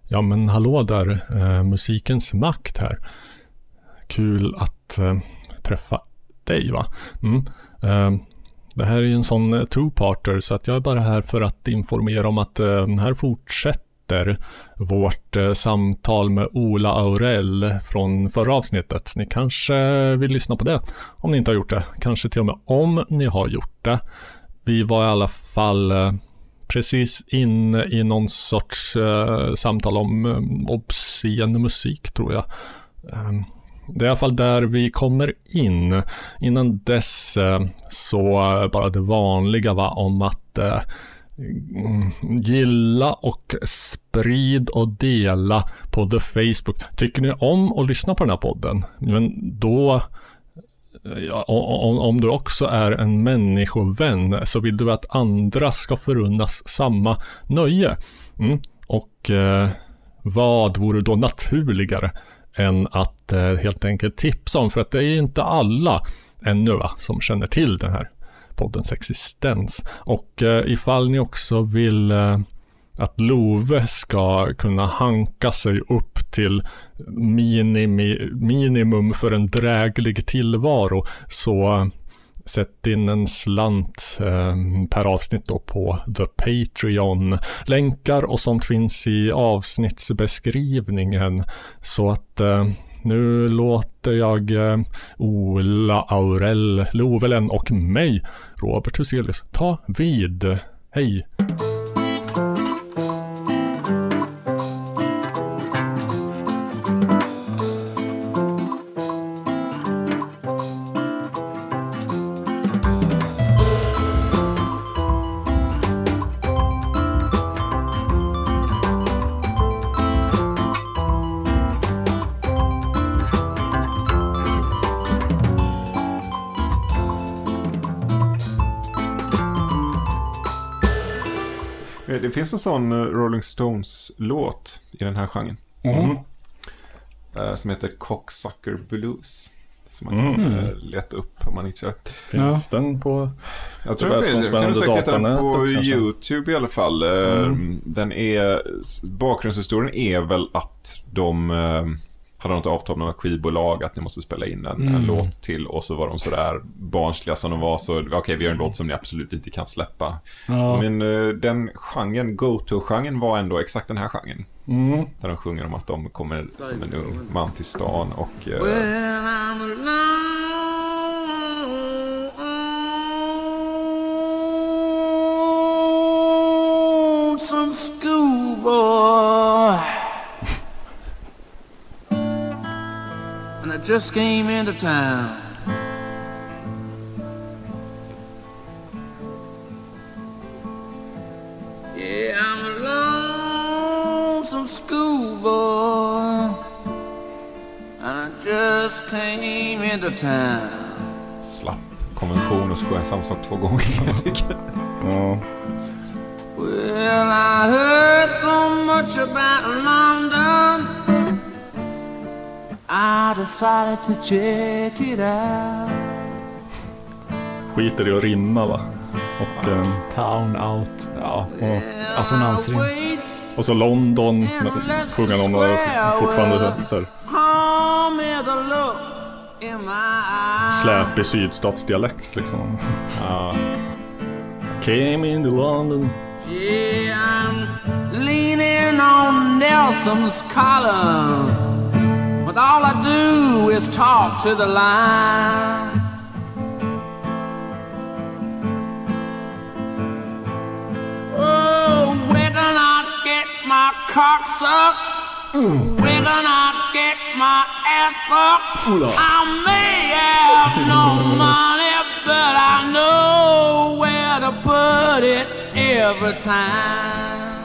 Ja men hallå där, musikens makt här. Kul att träffa dig va? Det här är ju en sån two-parter så att jag är bara här för att informera om att här fortsätter vårt samtal med Ola Aurell från förra avsnittet. Ni kanske vill lyssna på det om ni inte har gjort det. Kanske till och med om ni har gjort det. Vi var i alla fall precis inne i någon sorts samtal om obscen musik tror jag. Det är i alla fall där vi kommer in. Innan dess så bara det vanliga va, om att gilla och sprid och dela på The Facebook. Tycker ni om att lyssna på den här podden? Men då om du också är en människovän så vill du att andra ska förunnas samma nöje. Och vad vore då naturligare än att helt enkelt tipsa om, för att det är inte alla ännu va, som känner till den här poddens existens. Och ifall ni också vill att Love ska kunna hanka sig upp till minimum för en dräglig tillvaro, så sätt in en slant per avsnitt då på The Patreon. Länkar och sånt finns i avsnittsbeskrivningen. Så att nu låter jag Ola Aurell, Lovelen och mig, Robert Huselius, ta vid. Hej! Det finns en sån Rolling Stones-låt i den här genren som heter Cocksucker Blues, som man kan leta upp om man inte kör. Finns den på... Jag tror det finns. Jag kan säkert hitta den på YouTube i alla fall. Den är... Bakgrundshistorien är väl att de hade något avtal med skivbolag att ni måste spela in en låt till, och så var de sådär barnsliga som de var, så okej, vi gör en låt som ni absolut inte kan släppa. Men den genren, go-to-genren, var ändå exakt den här genren. Där de sjunger om att de kommer som en ung man till stan och some schoolboy and I just came into town. Yeah, I'm a lonesome schoolboy and I just came into town. Slapp konvention och så går jag samma sak 2 gånger. Well, I heard so much about London, I decided to check it out. Skiter i att rimma va? Och Town Out. Ja, och assonansrim. Och så London, sjunger någon fortfarande så här släpig sydstatsdialekt liksom. Came into London. Yeah, I'm leaning on Nelson's collar, but all I do is talk to the line. Oh, we're gonna get my cock sucked. We're gonna get my ass fucked. I may have no money, but I know where to put it every time.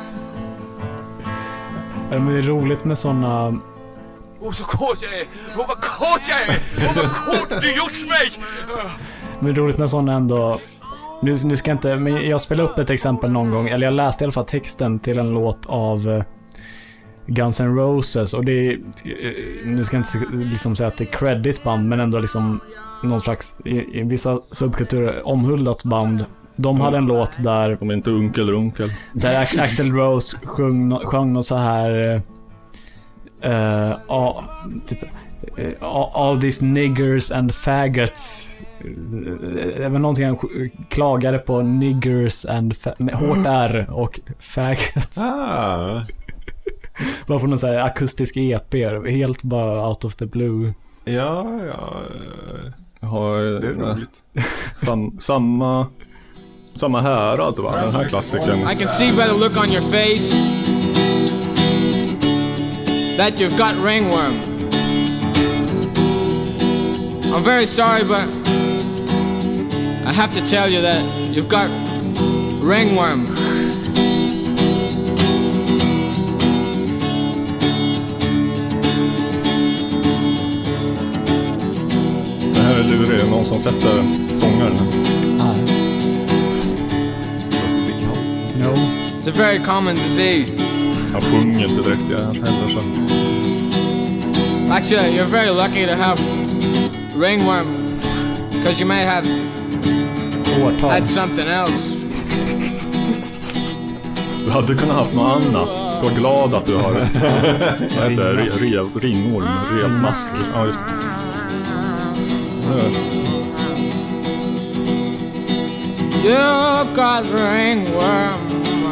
Det är roligt med såna... Så kort jag är! Vad kort jag är! Vad kort du gjort mig! Men det är roligt med såna ändå... Nu ska jag inte... Men jag spelade upp ett exempel någon gång. Eller jag läste i alla fall texten till en låt av Guns N' Roses. Och det är... Nu ska jag inte liksom säga att det är creditband, men ändå liksom någon slags... I vissa subkulturer omhuldat band De hade en låt där... De är inte unkel. Där Axl Rose sjöng något så här... typ... all these niggers and faggots. Det var någonting han klagade på. Niggers and hårt R och faggots. Bara från någon så här akustisk EP. Helt bara out of the blue. Ja. Det är roligt. Samma härad, va? Den här klassikern. I can see by the look on your face that you've got ringworm. I'm very sorry, but I have to tell you that you've got ringworm. Det här är lurigt, någon som sätter sångaren. No. It's a very common disease. Han sjunger inte direkt, jag heller så. Actually, you're very lucky to have ringworm, because you may have had something else. Du hade kunnat haft något annat. Ska vara glad att du har det. Vad heter det? Ringorm, revmast. Ja, just You've got ringworm.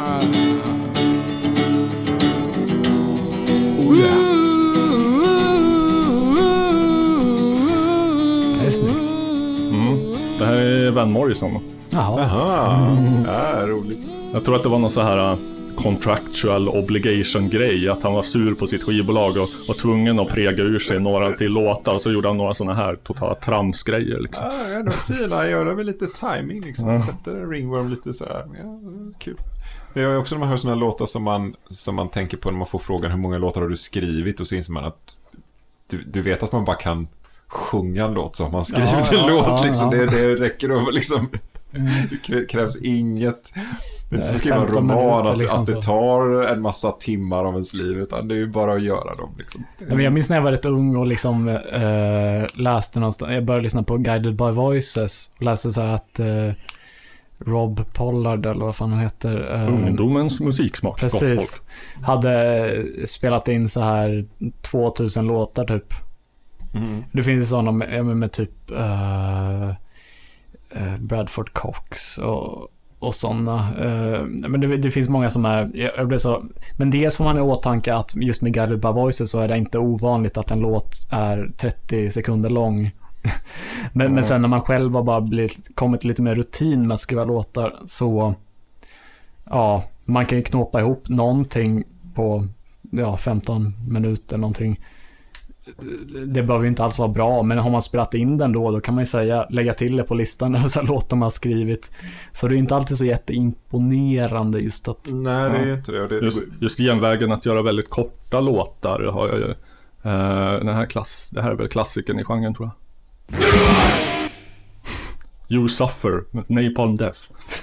Det är snyggt. Det här är Van Morrison. Jaha. Ja, roligt. Jag tror att det var någon så här contractual obligation grej, att han var sur på sitt skivbolag och var tvungen att prega ur sig några till låtar, och så gjorde han några såna här totala tramsgrejer liksom. Ja, de fina gör det med lite timing liksom. Sätter en ringworm lite så här. Ja, kul. Det är också när man hör såna låtar som man tänker på när man får frågan hur många låtar har du skrivit, och så inser man att du vet att man bara kan sjunga en låt, så har man skrivit en låt liksom. Det räcker att liksom det krävs inget. Det är inte som skriva en roman liksom, att det tar en massa timmar av ens liv, utan det är ju bara att göra dem liksom. Jag minns när jag var rätt ung och liksom läste någonstans, jag började lyssna på Guided by Voices och läste så här att Rob Pollard, eller vad fan han heter, ungdomens musiksmak, precis, hade spelat in så här 2000 låtar typ. Det finns sådana med typ Bradford Cox och sådana. Men det finns många som är... Jag blev så, men dels får man i åtanke att just med Guided by Voices så är det inte ovanligt att en låt är 30 sekunder lång. Men sen när man själv har bara kommit lite mer rutin med att skriva låtar, så ja, man kan ju knåpa ihop någonting på 15 minuter någonting. Det behöver ju inte alls vara bra, men har man spelat in den då kan man ju säga, lägga till det på listan och så låtar man har skrivit. Så det är inte alltid så jätteimponerande just att... Nej, det är inte det. Just genvägen att göra väldigt korta låtar har jag ju. Det här är väl klassiken i genren, tror jag. You Suffer, Napalm Death.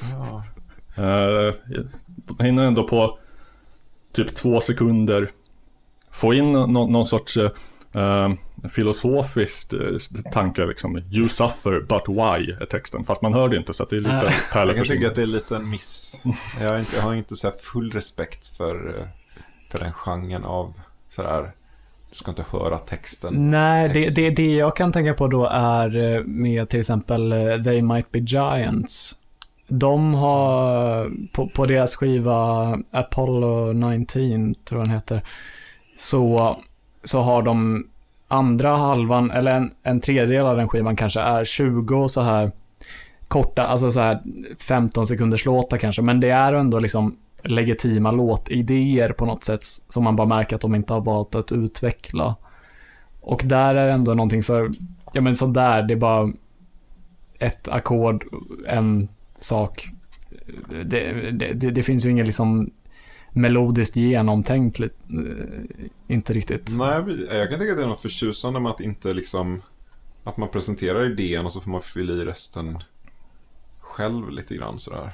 Hinner ändå på typ 2 sekunder få in någon sorts filosofiskt tanke liksom. You suffer, but why är texten. Fast man hör det inte, så att det är lite jag kan tycka att det är lite en miss. Jag har inte så här full respekt för den genren av sådär. Du ska inte höra texten. Nej, det jag kan tänka på då är med till exempel They Might Be Giants. De har på deras skiva Apollo 19, tror jag den heter, så har de andra halvan, eller en tredjedel av den skivan kanske är 20 så här korta, alltså så här 15 sekunders låtar kanske, men det är ändå liksom legitima låtidéer på något sätt som man bara märker att de inte har valt att utveckla. Och där är ändå någonting för, ja men så där, det är bara ett ackord, en sak. Det finns ju ingen liksom melodiskt genomtänkt, inte riktigt. Nej, jag kan tycka att det är något förtjusande med att inte liksom, att man presenterar idén och så får man fylla i resten själv lite grann sådär.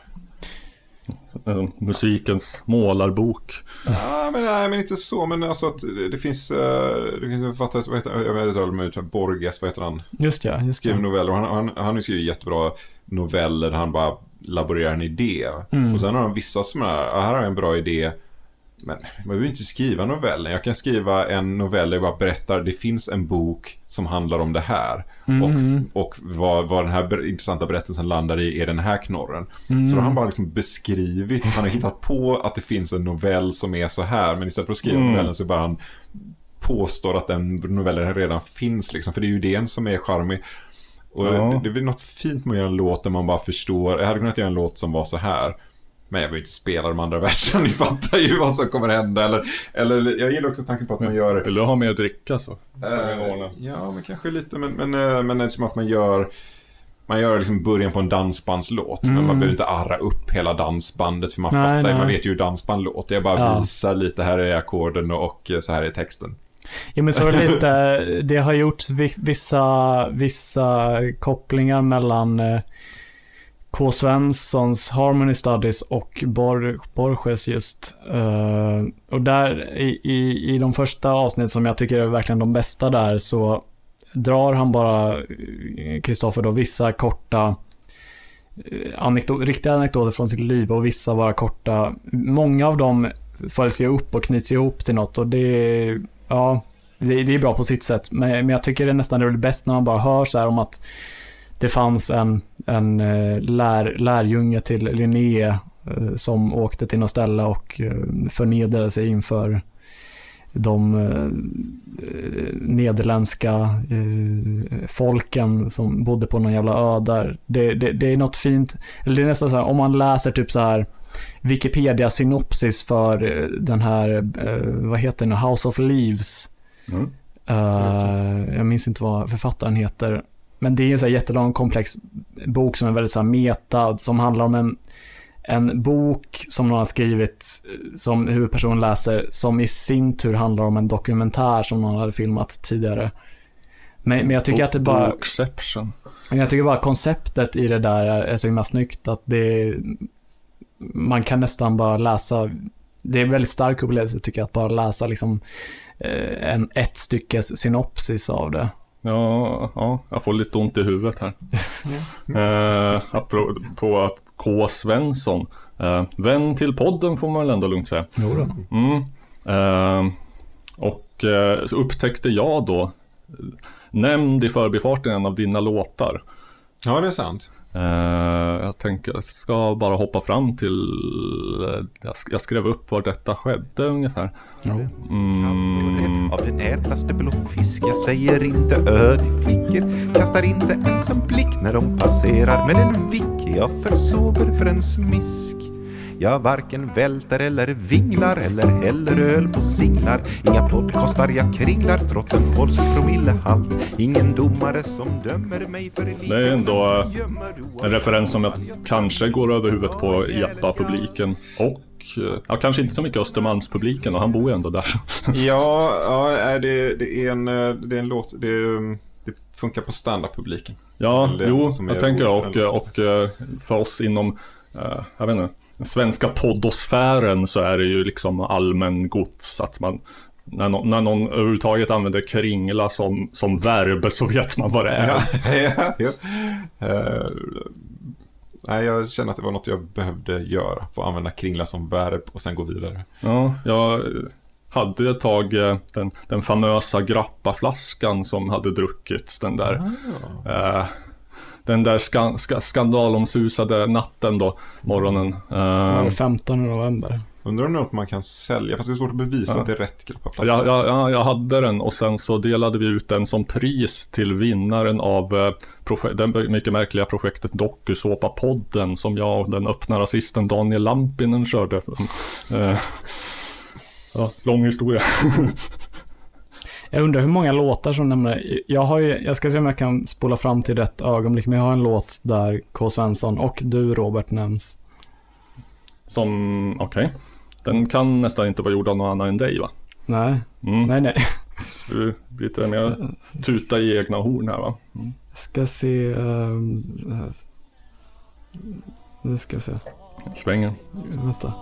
Musikens målarbok. Ja, men inte så, men alltså att det finns en författare, vad heter, jag vet inte, Borges, vad heter han? Just skriver noveller, och han har skrivit jättebra noveller där han bara laborera en idé. Och sen har de vissa som här har jag en bra idé, men man behöver inte skriva novellen. Jag kan skriva en novell där jag bara berättar, det finns en bok som handlar om det här. Och vad den här intressanta berättelsen landar i är den här knorren. Så då har han bara liksom beskrivit, han har hittat på att det finns en novell som är så här, men istället för att skriva novellen så bara han påstår att den novellen redan finns liksom, för det är ju idén som är charmig. Och det är väl något fint med att göra en låt där man bara förstår, jag hade kunnat göra en låt som var så här, men jag vill inte spela de andra verserna, ni fattar ju vad som kommer hända. Eller jag gillar också tanken på att man gör... Vill du ha mer att dricka så? Ja, men kanske lite, men det är som att man gör liksom början på en dansbandslåt, men man behöver inte arra upp hela dansbandet, för man fattar, man vet ju hur dansband låter. Jag bara visar lite, här är ackorden och så här är texten. Ja, men så är det lite, det har gjort vissa kopplingar mellan K. Svenssons Harmony Studies och Borges just. Och där i de första avsnitt som jag tycker är verkligen de bästa där, så drar han bara, Kristoffer då, vissa korta riktiga anekdoter från sitt liv, och vissa bara korta. Många av dem följs ju upp och knyts ihop till något, och det är bra på sitt sätt, men jag tycker det är nästan det bäst när man bara hör så här om att det fanns en lärjunge till Linné som åkte till något ställe och förnedrade sig inför de nederländska folken som bodde på någon jävla ö där. Det är något fint, eller det är nästan så här, om man läser typ så här Wikipedia synopsis för den här vad heter den, House of Leaves. Jag minns inte vad författaren heter, men det är en så här jättelång komplex bok som är väldigt så här meta, som handlar om en bok som någon har skrivit som huvudpersonen läser, som i sin tur handlar om en dokumentär som någon hade filmat tidigare. Men jag tycker att det bara Bookception. Jag tycker bara konceptet i det där är så himla snyggt att man kan nästan bara läsa. Det är en väldigt stark upplevelse tycker jag, att bara läsa liksom ett styckes synopsis av det. Ja, jag får lite ont i huvudet här. Apropå att K. Svensson, vän till podden får man väl ändå lugnt säga. Och så upptäckte jag då, nämnd i förbifarten en av dina låtar. Ja, det är sant. Jag tänker, jag ska bara hoppa fram till jag skrev upp var detta skedde ungefär. Av den ädlaste blå fisk, jag säger inte till flickor, kastar inte ens en blick när de passerar, men en vick jag försober för en smisk. Jag varken välter eller vinglar eller häller öl på singlar. Inga podcastar jag kringlar trots en polsk promillehalt. Ingen domare som dömer mig för livet. Det är ändå en referens som jag kanske går över huvudet på Jepa-publiken och kanske inte så mycket Östermalmspubliken, och han bor ju ändå där. Det är en låt, det funkar på standardpubliken. Ja, jag tänker och för oss inom jag vet inte, den svenska poddosfären så är det ju liksom allmän gods att man när någon överhuvudtaget använder kringla som verb så vet man vad det är. Nej, jag känner att det var något jag behövde göra, få använda kringla som verb och sen gå vidare. Ja, jag hade ett tag den famösa grappaflaskan som hade druckits, den där skandalomsusade natten då, morgonen. 15 november. Undrar om något man kan sälja, fast det är svårt att bevisa att det är rätt grappaflaska. Ja, jag hade den, och sen så delade vi ut den som pris till vinnaren av det mycket märkliga projektet Dokusåpa-podden som jag och den öppna rasisten Daniel Lampinen körde. Lång historia. Jag undrar hur många låtar som nämner. Jag ska se om jag kan spola fram till rätt ögonblick, men jag har en låt där K. Svensson och du, Robert, nämns. Okej. Den kan nästan inte vara gjord av någon annan än dig, va? Nej. Nej. Du blir lite mer tuta i egna horn här, va? Jag ska se. Nu ska vi se. Svängen. Vänta.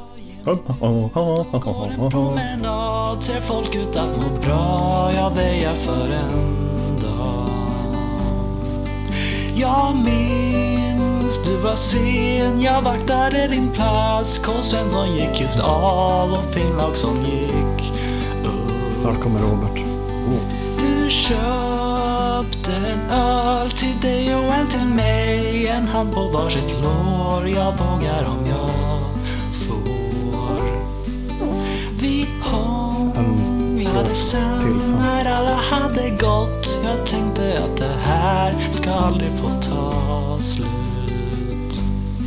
Promenad, ser folk ut att må bra. Jag väjar för en dag. Jag minns Du var sen, jag vaktade din plats. Karl Svensson gick just av och Finnlaugsson gick upp. Snart kommer Robert. Du köpte en öl till dig och en till mig. En hand på varsitt lår, jag vågar om jag får. Vi hånglade sen när alla hade gått. Jag tänkte att det här ska aldrig få ta slut.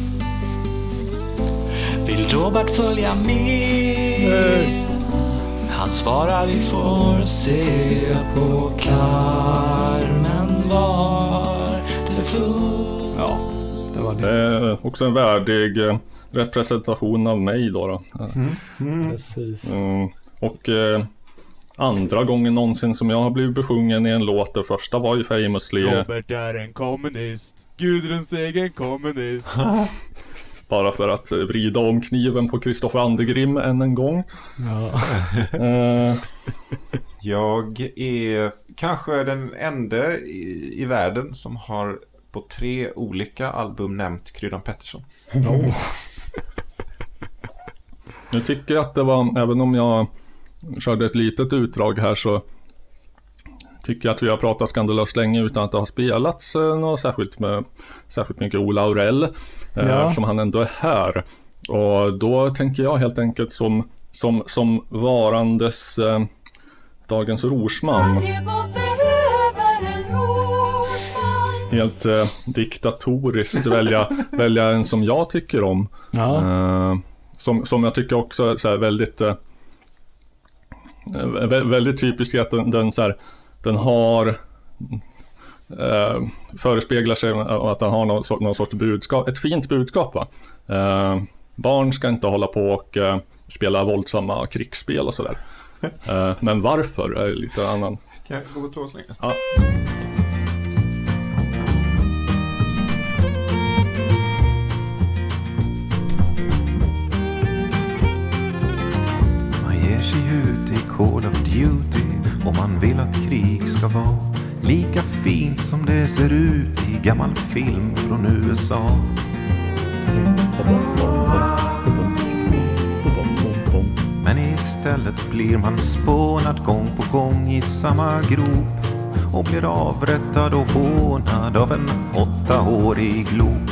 Vill Robert följa med? Han svarar vi får se på Carmen var det full. Ja, det var det. Det är också en värdig representation av mig då. Precis. Och andra gången någonsin som jag har blivit besjungen i en låt. Det första var ju famously Robert är en kommunist. Gudruns egen kommunist. Bara för att vrida om kniven på Kristoffer Andegrim än en gång. Ja. Jag är kanske den enda i världen som har på 3 olika album nämnt Kryddan Pettersson. Nu tycker jag att det var, även om jag körde ett litet utdrag här, så tycker jag att vi har pratat skandalöst länge utan att det har spelats något särskilt mycket Ola Aurell. Eftersom han ändå är här. Och då tänker jag helt enkelt som varandes dagens rorsman. Helt diktatoriskt välja en som jag tycker om. Som jag tycker också så här väldigt typiskt att den har förespeglar sig att den har någon sorts budskap, ett fint budskap, va? Barn ska inte hålla på och spela våldsamma krigsspel och sådär. Men varför är lite annan. Kan jag gå på toa så länge? Ja. Man ger sig ut i Call of Duty och man vill att krig ska vara lika fint som det ser ut i gammal film från USA. Men istället blir man spånad gång på gång i samma grop och blir avrättad och hånad av en 8-årig glop.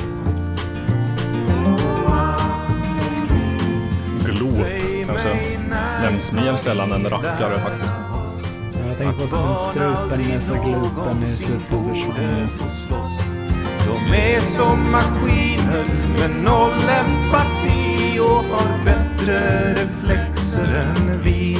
Glop kanske nämns mer sällan än rackare faktiskt. Jag tänker på strupen är så glopen i superversionen. De är som maskiner med noll empati och har bättre reflexer än vi.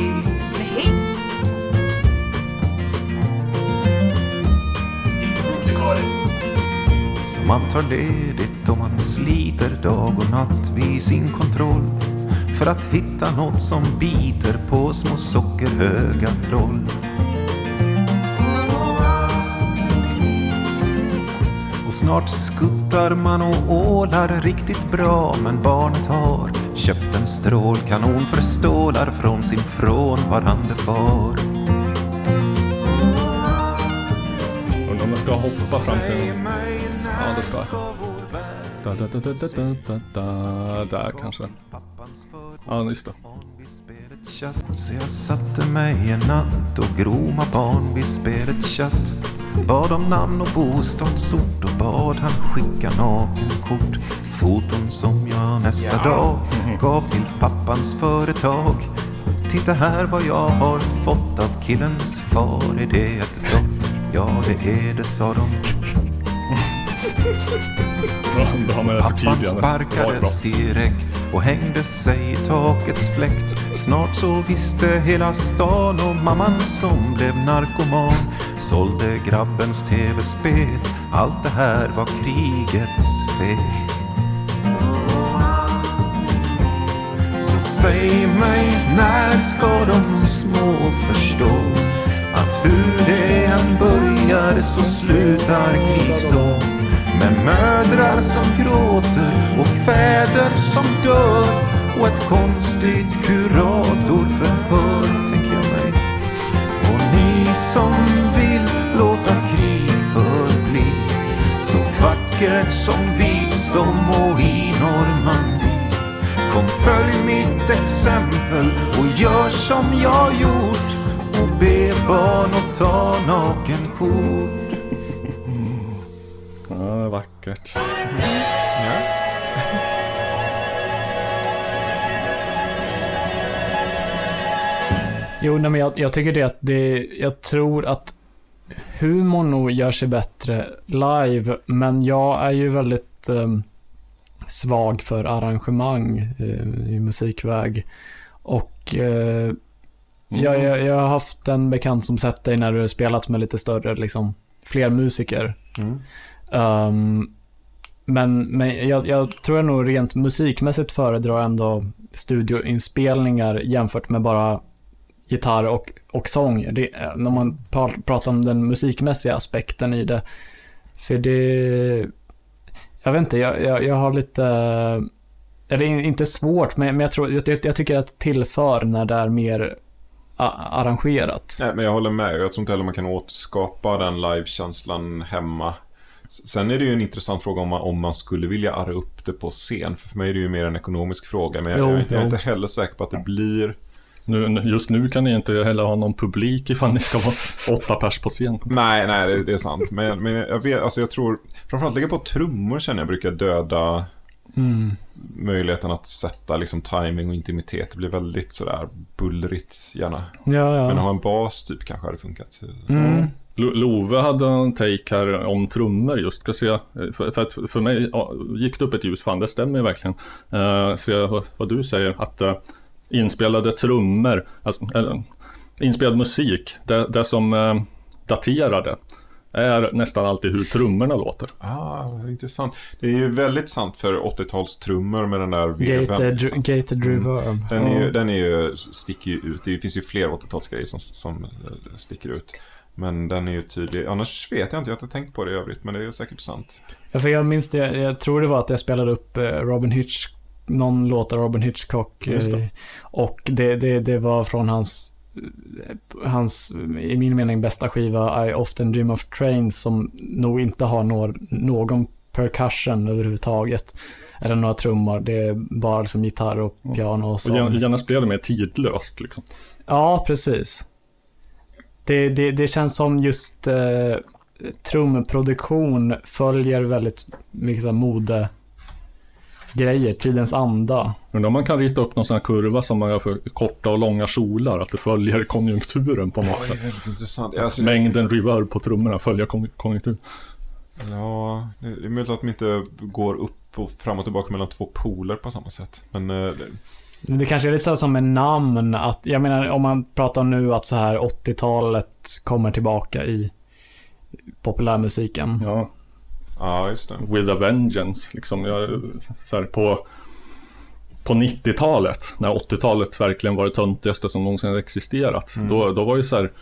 Så man tar ledigt och man sliter dag och natt vid sin kontroll för att hitta något som biter på små sockerhöga troll. Och snart skuttar man och ålar riktigt bra, men barnet har köpt en strålkanon för stålar från sin frånvarande far. Och om man ska hoppa fram till... Ja, det ska där kanske. Ja, just det. Så jag satte mig en natt och groma barn vid spelet chatt. Bad om namn och bostadsort och bad han skicka nakenkort. Foton som jag nästa dag gav till pappans företag. Titta här vad jag har fått av killens far. Är det ett brott? Ja, det är det, sa de. Pappan sparkades direkt och hängde sig i takets fläkt. Snart så visste hela stan och mamman som blev narkoman sålde grabbens tv-spel. Allt det här var krigets fel. Så säg mig, när ska de små förstå att hur det än börjar så slutar krig så? Med mödrar som gråter och fäder som dör och ett konstigt kuratorförhör, tänker jag mig. Och ni som vill låta krig förbli så vackert som vid som och i Normandie. Kom följ mitt exempel och gör som jag gjort och be barn att ta nakenkort. Ja, vackert. Ja. Jo, nej, men jag tycker det att jag tror att humorn nog gör sig bättre live, men jag är ju väldigt svag för arrangemang i musikväg. Och jag har haft en bekant som sett dig när du har spelat med lite större, liksom, fler musiker. Men jag tror nog rent musikmässigt föredrar ändå studioinspelningar jämfört med bara gitarr och sång. När man pratar om den musikmässiga aspekten i det. För det... Jag vet inte, jag har lite... Eller inte svårt, men jag tycker att det tillför när det är mer arrangerat. Nej, men jag håller med. Jag tror inte heller man kan återskapa den livekänslan hemma. Sen är det ju en intressant fråga om man skulle vilja arra upp det på scen. För mig är det ju mer en ekonomisk fråga. Men jag är inte heller säker på att det blir... Just nu kan ni inte heller ha någon publik ifall ni ska vara 8 pers på scen. Nej, det är sant. Men jag vet, alltså jag tror, framförallt lägga på trummor känner jag brukar döda möjligheten att sätta liksom timing och intimitet. Det blir väldigt sådär bullrigt gärna. Ja. Men att ha en bas typ kanske hade funkat. Love hade en take här om trummor just. Ska se, för mig gick det upp ett ljus, fan det stämmer verkligen. Se vad du säger, att inspelade trummor, alltså, inspelad musik, det som daterade är nästan alltid hur trummorna låter. Intressant. Det är ju väldigt sant för 80-talstrummor med den där veven. Gated reverb. Den är ju, sticker ju ut. Det finns ju fler 80-talsgrejer som sticker ut. Men den är ju tydlig. Annars vet jag inte, jag har inte tänkt på det i övrigt, men det är säkert sant. Ja, för jag minns det, jag tror det var att jag spelade upp någon låt av Robin Hitchcock, och det var från hans i min mening bästa skiva I Often Dream of Trains, som nog inte har någon percussion överhuvudtaget eller några trummor, det är bara liksom gitarr och piano och sång. Och gärna spelar mer tidlöst liksom. Ja, precis. Det känns som just trumproduktion följer väldigt mycket så mode grejer, tidens anda. Men om man kan rita upp någon sån här kurva som man gör för korta och långa kjolar, att det följer konjunkturen på något sätt. Det är väldigt intressant. Mängden reverb på trummorna följer konjunkturen. Ja, det är möjligt att de inte går upp och fram och tillbaka mellan två poler på samma sätt. Men det kanske är lite så som en namn, att jag menar, om man pratar om nu att så här 80-talet kommer tillbaka i populärmusiken. Ja, just det. With a Vengeance liksom, så här, på 90-talet när 80-talet verkligen var det töntigaste som någonsin existerat. Då var ju så här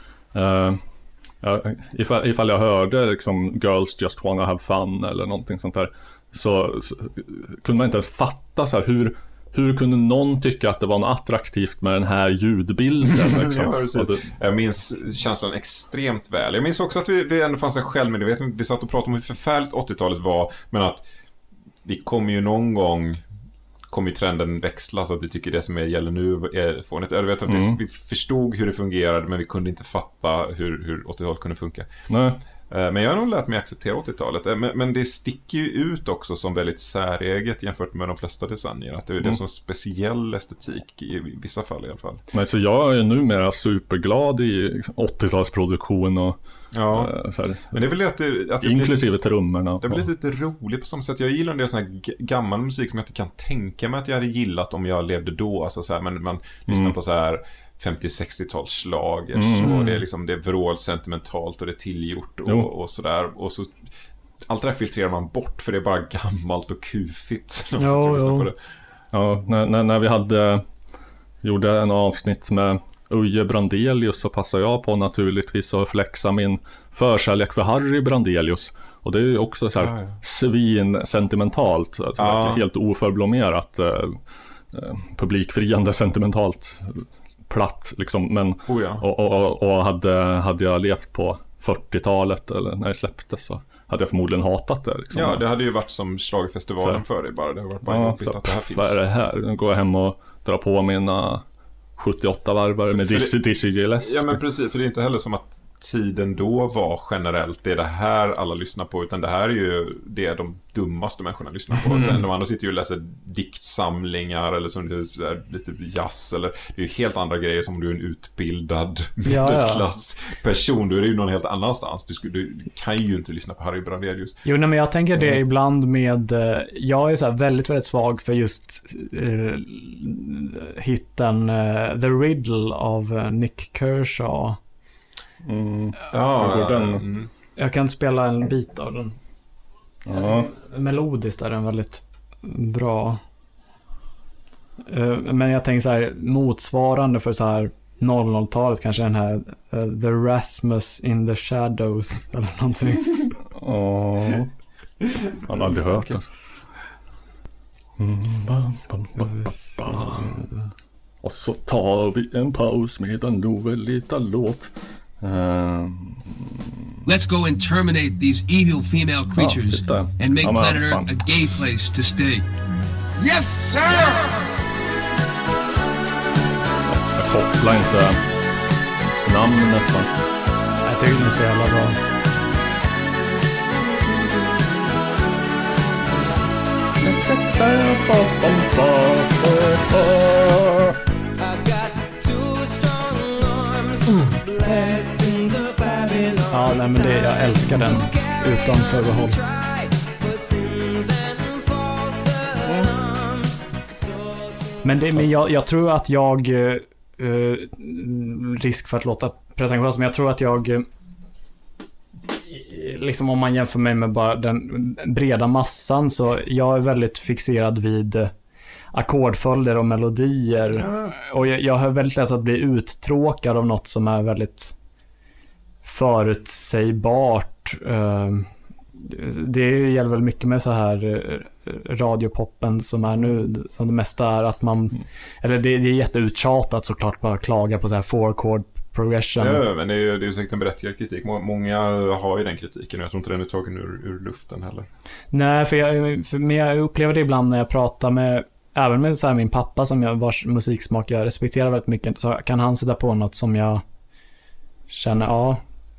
ifall jag hörde liksom Girls Just Wanna Have Fun eller någonting sånt där, så kunde man inte ens fatta så här, hur kunde någon tycka att det var något attraktivt med den här ljudbilden liksom? Jag minns känslan extremt väl. Jag minns också att vi ändå fanns en självmedvetenhet. Vi satt och pratade om hur förfärligt 80-talet var, men att vi kommer ju någon gång trenden växla så att vi tycker det som gäller nu är fånigt. Jag vet att vi förstod hur det fungerade, men vi kunde inte fatta hur 80-talet kunde funka. Nej. Men jag har nog lärt mig acceptera 80-talet. Men det sticker ju ut också som väldigt säreget jämfört med de flesta decennier. Att det är det som speciell estetik i vissa fall i alla fall. Nej, så jag är numera superglad i 80-talsproduktion och så här, men det är väl att det inklusive trummorna. Det blir lite roligt på samma sätt. Jag gillar en del sån här gammal musik som jag inte kan tänka mig att jag hade gillat om jag levde då. Alltså så här, men man lyssnar på så här 50-60-tals slagers och det är liksom, det är vrål sentimentalt och det är tillgjort och sådär, och så allt det där filtrerar man bort för det är bara gammalt och kufigt. Ja, när vi gjorde en avsnitt med Uje Brandelius så passade jag på naturligtvis att flexa min förkärlek för Harry Brandelius, och det är ju också så här svin sentimentalt, alltså helt oförblommerat publikfriande sentimentalt platt liksom, men och hade jag levt på 40-talet eller när det släpptes hade jag förmodligen hatat det. Liksom. Ja, det hade ju varit som schlagerfestivalen för dig bara. Det har varit bara jobbigt att det här finns. Vad är det här? Nu går jag hem och drar på mina 78-varvare med Dizzy Gillespie. Ja, men precis. För det är inte heller som att tiden då var generellt det här alla lyssnar på, utan det här är ju det de dummaste människorna lyssnar på. Sen de andra sitter ju och läser diktsamlingar eller som det är lite jazz, eller det är ju helt andra grejer. Som om du är en utbildad medelklassperson, då är det ju någon helt annanstans. Du kan ju inte lyssna på Harry Brandelius. Jo, nej, men jag tänker det ibland med jag är så här väldigt, väldigt svag för just hitten The Riddle av Nick Kershaw. Jag kan spela en bit av den. Melodiskt är den väldigt bra. Men jag tänker så här, motsvarande för så här 00-talet kanske den här The Rasmus in the Shadows eller någonting. Han har aldrig hört det. Och så tar vi en paus med en novellita låt. Let's go and terminate these evil female creatures and make planet Earth a gay place to stay. Yes, sir! Jag kopplar inte namnet. Jag tycker det är så jävla bra. Ja, nej, men jag älskar den utan förbehåll. Men jag tror att jag risk för att låta pretentiös, men jag tror att jag liksom om man jämför mig med bara den breda massan, så jag är väldigt fixerad vid ackordföljder och melodier. Och jag har väldigt lätt att bli uttråkad av något som är väldigt förutsägbart. Det gäller väl mycket med så här radiopoppen som är nu, som det mesta är att man, eller det är jätteuttjatat såklart, bara klaga på så här 4-chord progression. Ja, men det är ju säkert en berättigad kritik. Många har ju den kritiken och jag tror inte den är tagen ur luften heller. Nej, men jag upplever det ibland när jag pratar med, även med så här min pappa som vars musiksmak jag respekterar väldigt mycket, så kan han sätta på något som jag känner,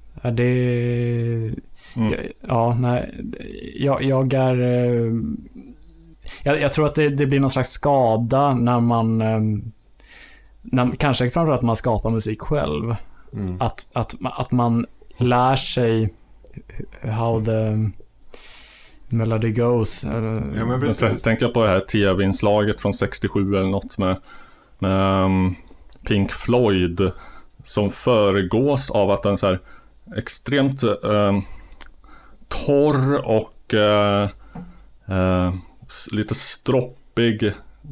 jag tror att det blir någon slags skada när man kanske framförallt att man skapar musik själv. Att man lär sig how the melody goes. Jag tänker på det här tv-inslaget från 67 eller något med Pink Floyd som föregås av att en så här extremt torr och lite stroppig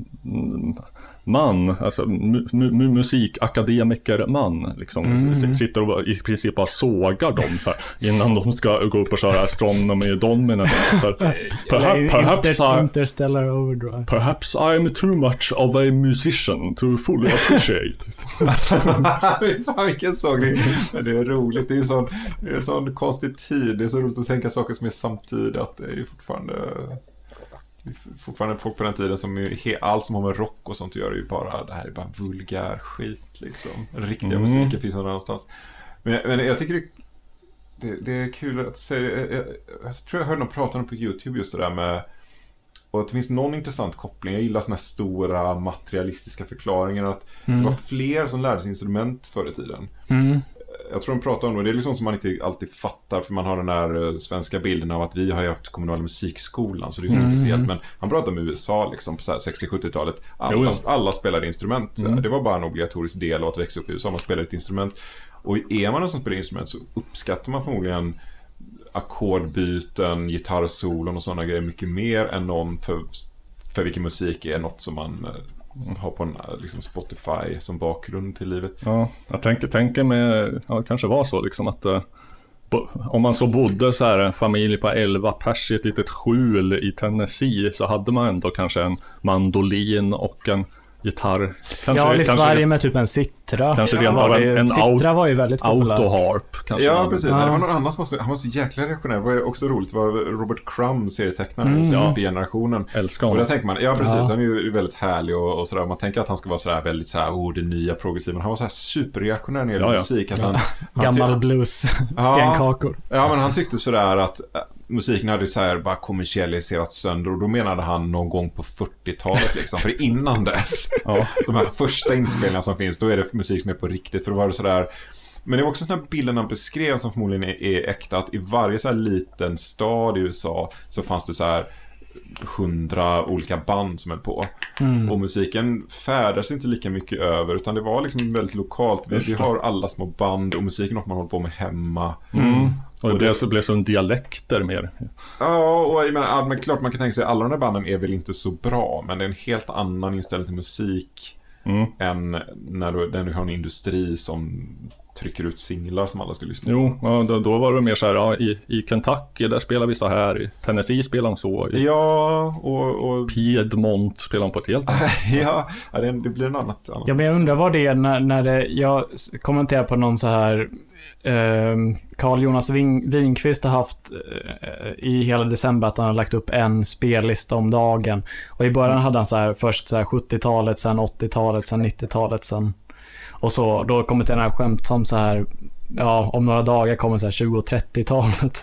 man, alltså musikakademiker-man liksom, sitter och i princip bara sågar dem så här, innan de ska gå upp och köra Astronomy Dominant. Interstellar Overdrive. Perhaps I'm too much of a musician to fully appreciate. Fan, vilken sågning. Det är roligt, det är en sån konstig tid. Det är så roligt att tänka saker som är samtidigt, att det är fortfarande folk på den tiden som allt som har med rock och sånt gör är ju bara, det här är bara vulgär skit liksom. Den riktiga musiken finns någon annanstans. Men jag tycker det är kul att säga. Jag tror jag hörde någon prata om på YouTube just det där med, och att det finns någon intressant koppling. Jag gillar såna här stora materialistiska förklaringar, att det var fler som lärde sig instrument förr i tiden. Jag tror de pratar om det är liksom som man inte alltid fattar, för man har den där svenska bilden av att vi har ju haft kommunala musikskolan, så det är ju speciellt, men han pratar om USA liksom på 60-70-talet. Alla spelade instrument. Det var bara en obligatorisk del av att växa upp i USA, man spelade ett instrument. Och är man någon som spelar instrument så uppskattar man förmodligen ackordbyten, gitarrsolon och sådana grejer mycket mer än någon för vilken musik är något som man har på en liksom Spotify som bakgrund till livet. Ja, jag tänker med, kanske var så liksom att om man så bodde så här en familj på 11 pers i ett litet skjul i Tennessee, så hade man ändå kanske en mandolin och en gitarr. I Sverige med typ en Citra. Kanske rent av en Citra var ju väldigt populär. Autoharp. Ja, precis. Det var någon annan han var så jäkla reaktionär. Det var också roligt. Det var Robert Crumb, serietecknaren, generationen. Älskar honom. Och där tänker man, precis, han är ju väldigt härlig och sådär. Man tänker att han ska vara sådär väldigt såhär, det nya progressiva. Men han var såhär superreaktionär när det gäller musik. Att han gammal blues, stenkakor. Ja, men han tyckte sådär att musiken hade så här bara kommersialiserat sönder, och då menade han någon gång på 40-talet liksom, för innan dess de här första inspelningarna som finns, då är det musik som är på riktigt, för då var det sådär. Men det var också sådana här bilden han beskrev som förmodligen är äkta, att i varje så här liten stad i USA så fanns det så här 100 olika band som är på. Och musiken färdas inte lika mycket över, utan det var liksom väldigt lokalt. Vi har alla små band, och musiken något man håller på med hemma. Och det blev som dialekter mer. Ja, och men klart man kan tänka sig att alla de här banden är väl inte så bra, men det är en helt annan inställning till musik än när du har en industri som trycker ut singlar som alla ska lyssna på. Jo, då var det mer så här, i Kentucky där spelar vi så här, i Tennessee spelar de så. Och Piedmont spelar de på ett helt annat. det blir en annat. Ja, men jag undrar vad det är när jag kommenterar på någon så här Carl Jonas Winqvist har haft i hela december att han har lagt upp en spellista om dagen, och i början hade han så här först så här 70-talet, sen 80-talet, sen 90-talet, sen och så då kommer det den här skämt som så här, om några dagar kommer så här 20- och 30-talet.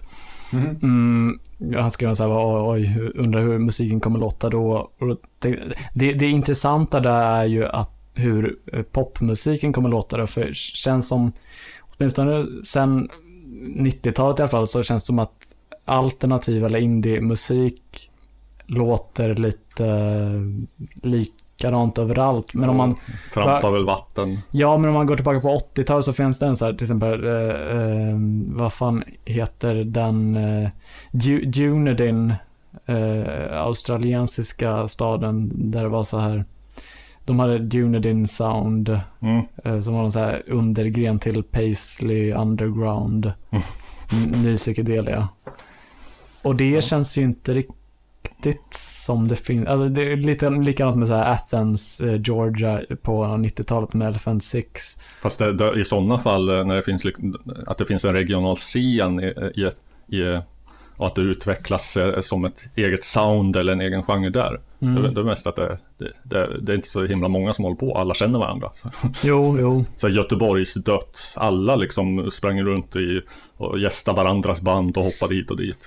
Han skrev så här, undrar hur musiken kommer låta då. Och det intressanta där är ju att hur popmusiken kommer låta då, för känns som åtminstone sen 90-talet i alla fall, så känns det som att alternativ eller indie-musik låter lite likadant överallt. Men om man trampar väl vatten. Ja, men om man går tillbaka på 80-talet så finns det en så här, till exempel vad fan heter den Dunedin, australiensiska staden där det var så här, de hade Dunedin Sound som var en så här undergren till Paisley Underground, ny psykedelia. Och det känns ju inte riktigt som det finns. Alltså det är lite likadant med så här Athens, Georgia på 90-talet med Elephant Six. Fast i sådana fall när det finns att det finns en regional scen i och att det utvecklas som ett eget sound eller en egen genre där. Det är mest att det är inte så himla många som håller på. Alla känner varandra. Jo. Så Göteborgs döds. Alla liksom sprang runt och gästade varandras band och hoppade hit och dit.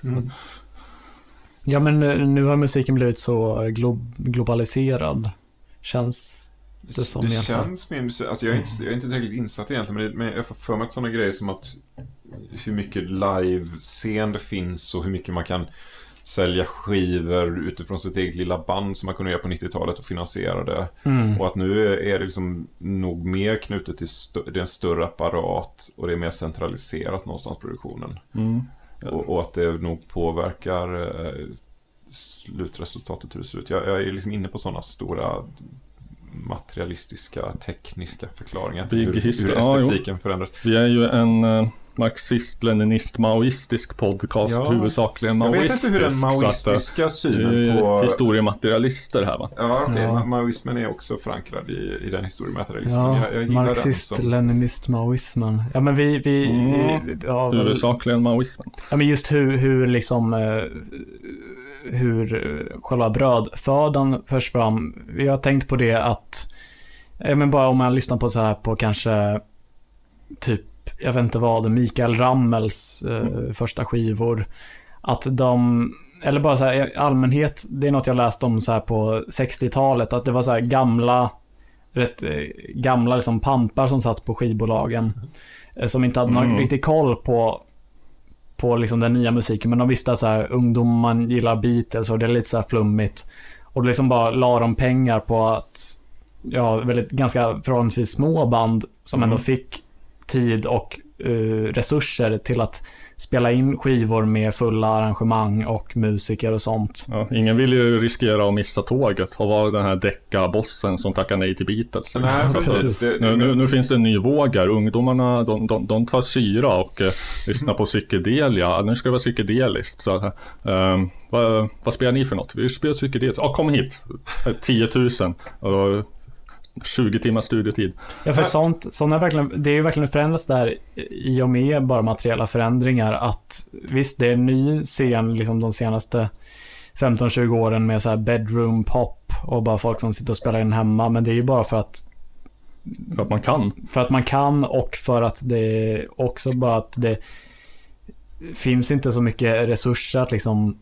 Ja, men nu har musiken blivit så globaliserad. Känns det som det känns alltså jag är inte tillräckligt insatt egentligen, men jag får för mig sådana grejer som att hur mycket live-scen det finns och hur mycket man kan sälja skivor utifrån sitt eget lilla band som man kunde göra på 90-talet och finansiera det. Och att nu är det liksom nog mer knutet till det är en större apparat och det är mer centraliserat någonstans produktionen. Och att det nog påverkar slutresultatet hur det ser ut. Jag är liksom inne på sådana stora materialistiska, tekniska förklaringar till hur estetiken förändras. Vi är ju en marxist-leninist-maoistisk podcast, huvudsakligen maoistisk. Jag vet inte hur den maoistiska synen på historiematerialister här, va? Ja, okej. Maoismen är också förankrad i den historiematerialismen. Jag marxist-leninist-maoismen. Ja, men vi huvudsakligen maoismen. Ja, men just hur liksom hur själva brödfödan förs fram. Vi har tänkt på det att men bara om man lyssnar på så här på kanske typ, jag vet inte vad, Mikael Rammels första skivor, att de, eller bara så här i allmänhet, det är något jag läst om så här på 60-talet, att det var så här rätt gamla liksom pampar som satt på skivbolagen som inte hade någon riktig koll på liksom den nya musiken, men de visste att så här, ungdomar gillar Beatles och det är lite så här flummigt, och då liksom bara la de pengar på att väldigt ganska förhållandevis små band som ändå fick tid och resurser till att spela in skivor med fulla arrangemang och musiker och sånt. Ja, ingen vill ju riskera att missa tåget och vara den här decka-bossen som tackar nej till Beatles. Nej, precis. Nu finns det en ny våg här. Ungdomarna de tar syra och lyssnar på psykedelia. Nu ska det vara psykedeliskt. Så, vad spelar ni för något? Vi spelar psykedeliskt. Kom hit. 10 000. Och 20 timmars studietid. Ja, för sånt är verkligen, det är ju verkligen förändrats där i och med bara materiella förändringar, att visst, det är en ny scen liksom de senaste 15-20 åren med så här bedroom pop och bara folk som sitter och spelar in hemma, men det är ju bara för att man kan. För att man kan, och för att det också bara att det finns inte så mycket resurser att liksom,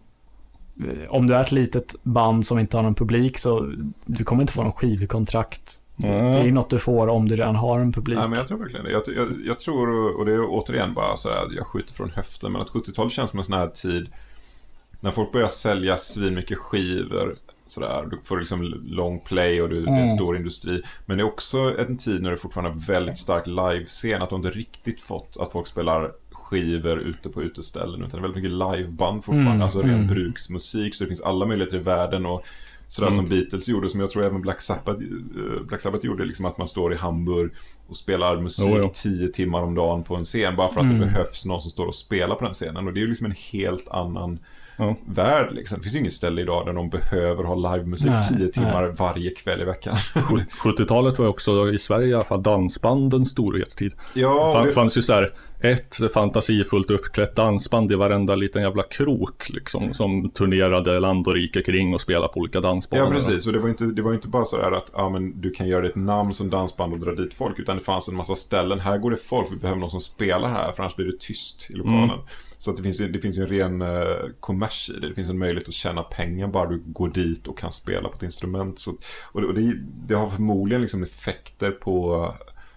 om du är ett litet band som inte har någon publik, så du kommer inte få någon skivkontrakt. Det är ju något du får om du redan har en publik. Nej, men jag tror verkligen det. Jag tror, och det är återigen bara så här, jag skjuter från höften, men att 70-talet känns som en sån här tid när folk börjar sälja svinmycket skivor sådär, du får liksom long play och det är en stor industri, men det är också en tid när det fortfarande är väldigt stark live-scen, att de inte riktigt fått att folk spelar skivor ute på uteställen, utan det är väldigt mycket liveband fortfarande, alltså ren bruksmusik, så det finns alla möjligheter i världen, och sådär som Beatles gjorde, som jag tror även Black Sabbath gjorde, liksom att man står i Hamburg och spelar musik 10 timmar om dagen på en scen, bara för att det behövs någon som står och spelar på den scenen, och det är ju liksom en helt annan värld liksom. Det finns ju inget ställe idag där de behöver ha livemusik 10 timmar varje kväll i veckan. 70-talet var också i Sverige i alla fall dansbandens storhetstid. Ja, det fanns ju så här ett fantasifullt uppklätt dansband i varenda liten jävla krok liksom, som turnerade land och rike kring och spelade på olika dansbanor. Ja, precis. Och det var inte bara så här att men du kan göra ditt namn som dansband och dra dit folk, utan det fanns en massa ställen. Här går det folk, vi behöver någon som spelar här, för annars blir det tyst i lokalen. Så att det finns ju en ren kommers i det. Det finns en möjlighet att tjäna pengar bara du går dit och kan spela på ett instrument. Så, och det har förmodligen liksom effekter på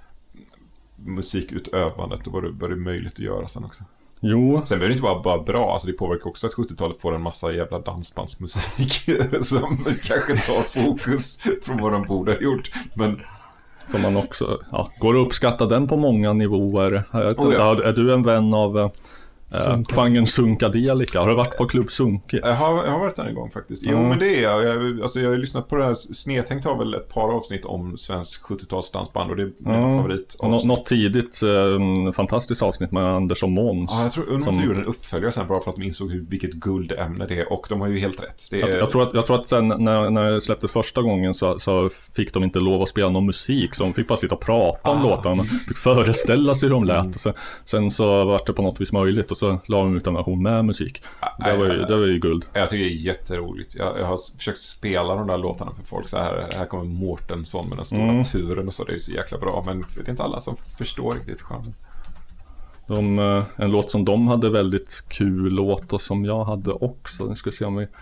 musikutövandet och vad det är möjligt att göra sen också. Jo. Sen behöver det inte bara bra, alltså det påverkar också att 70-talet får en massa jävla dansbandsmusik som kanske tar fokus från vad de borde ha gjort, men som man också går att uppskatta den på många nivåer. Är du en vän av genren Sunkadelika? Har du varit på Klubb Sunke? Jag har varit där en gång faktiskt. Jo, men det är jag. Jag har lyssnat på det här. Snedtänkt har väl ett par avsnitt om svensk 70-talsdansband, och det är min favorit. Något tidigt fantastiskt avsnitt med Anders och Måns. Ja, jag tror att de gjorde en uppföljare sen bara för att de insåg vilket guldämne det är, och de har ju helt rätt. Jag tror att sen när det släpptes första gången så fick de inte lov att spela någon musik, så de fick bara sitta och prata om låtarna, fick föreställa sig hur de lät. Sen så var det på något vis möjligt, och så la de ut en version med musik. Det var ju guld. Jag tycker det är jätteroligt. Jag har försökt spela de där låtarna för folk så här kommer Mårtensson med den stora turen och så, det är så jäkla bra, men det är inte alla som förstår riktigt charmen. En låt som de hade väldigt kul låt, och som jag hade också. Nu ska se om vi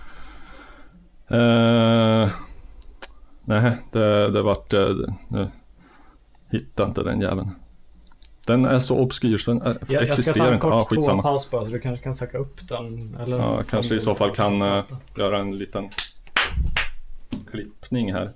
nej, det vart hittade inte den jäveln. Den är så obskyr så den existerar inte. Jag ska ta en kort toapaus bara, så du kanske kan söka upp den. Eller ja, kanske i så fall kan göra en liten klippning här.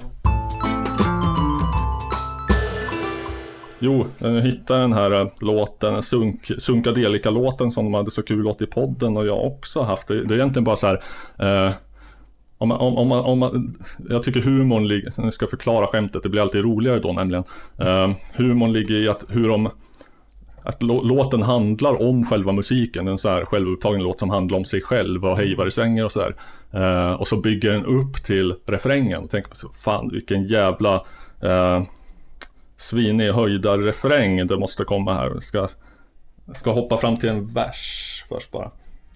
Jo, jag hittade den här låten, Sunkadelika-låten som de hade så kul åt i podden, och jag också haft. Det är egentligen bara så här... Om man, jag tycker humorn ligger, nu ska jag förklara skämtet, det blir alltid roligare då nämligen. Humorn ligger i att låten handlar om själva musiken, en så här självupptagen låt som handlar om sig själv och hejar i svänger och så där. Och så bygger den upp till refrängen och tänker så, fan vilken jävla svinig höjdar refräng det måste komma här. Jag ska hoppa fram till en vers först bara.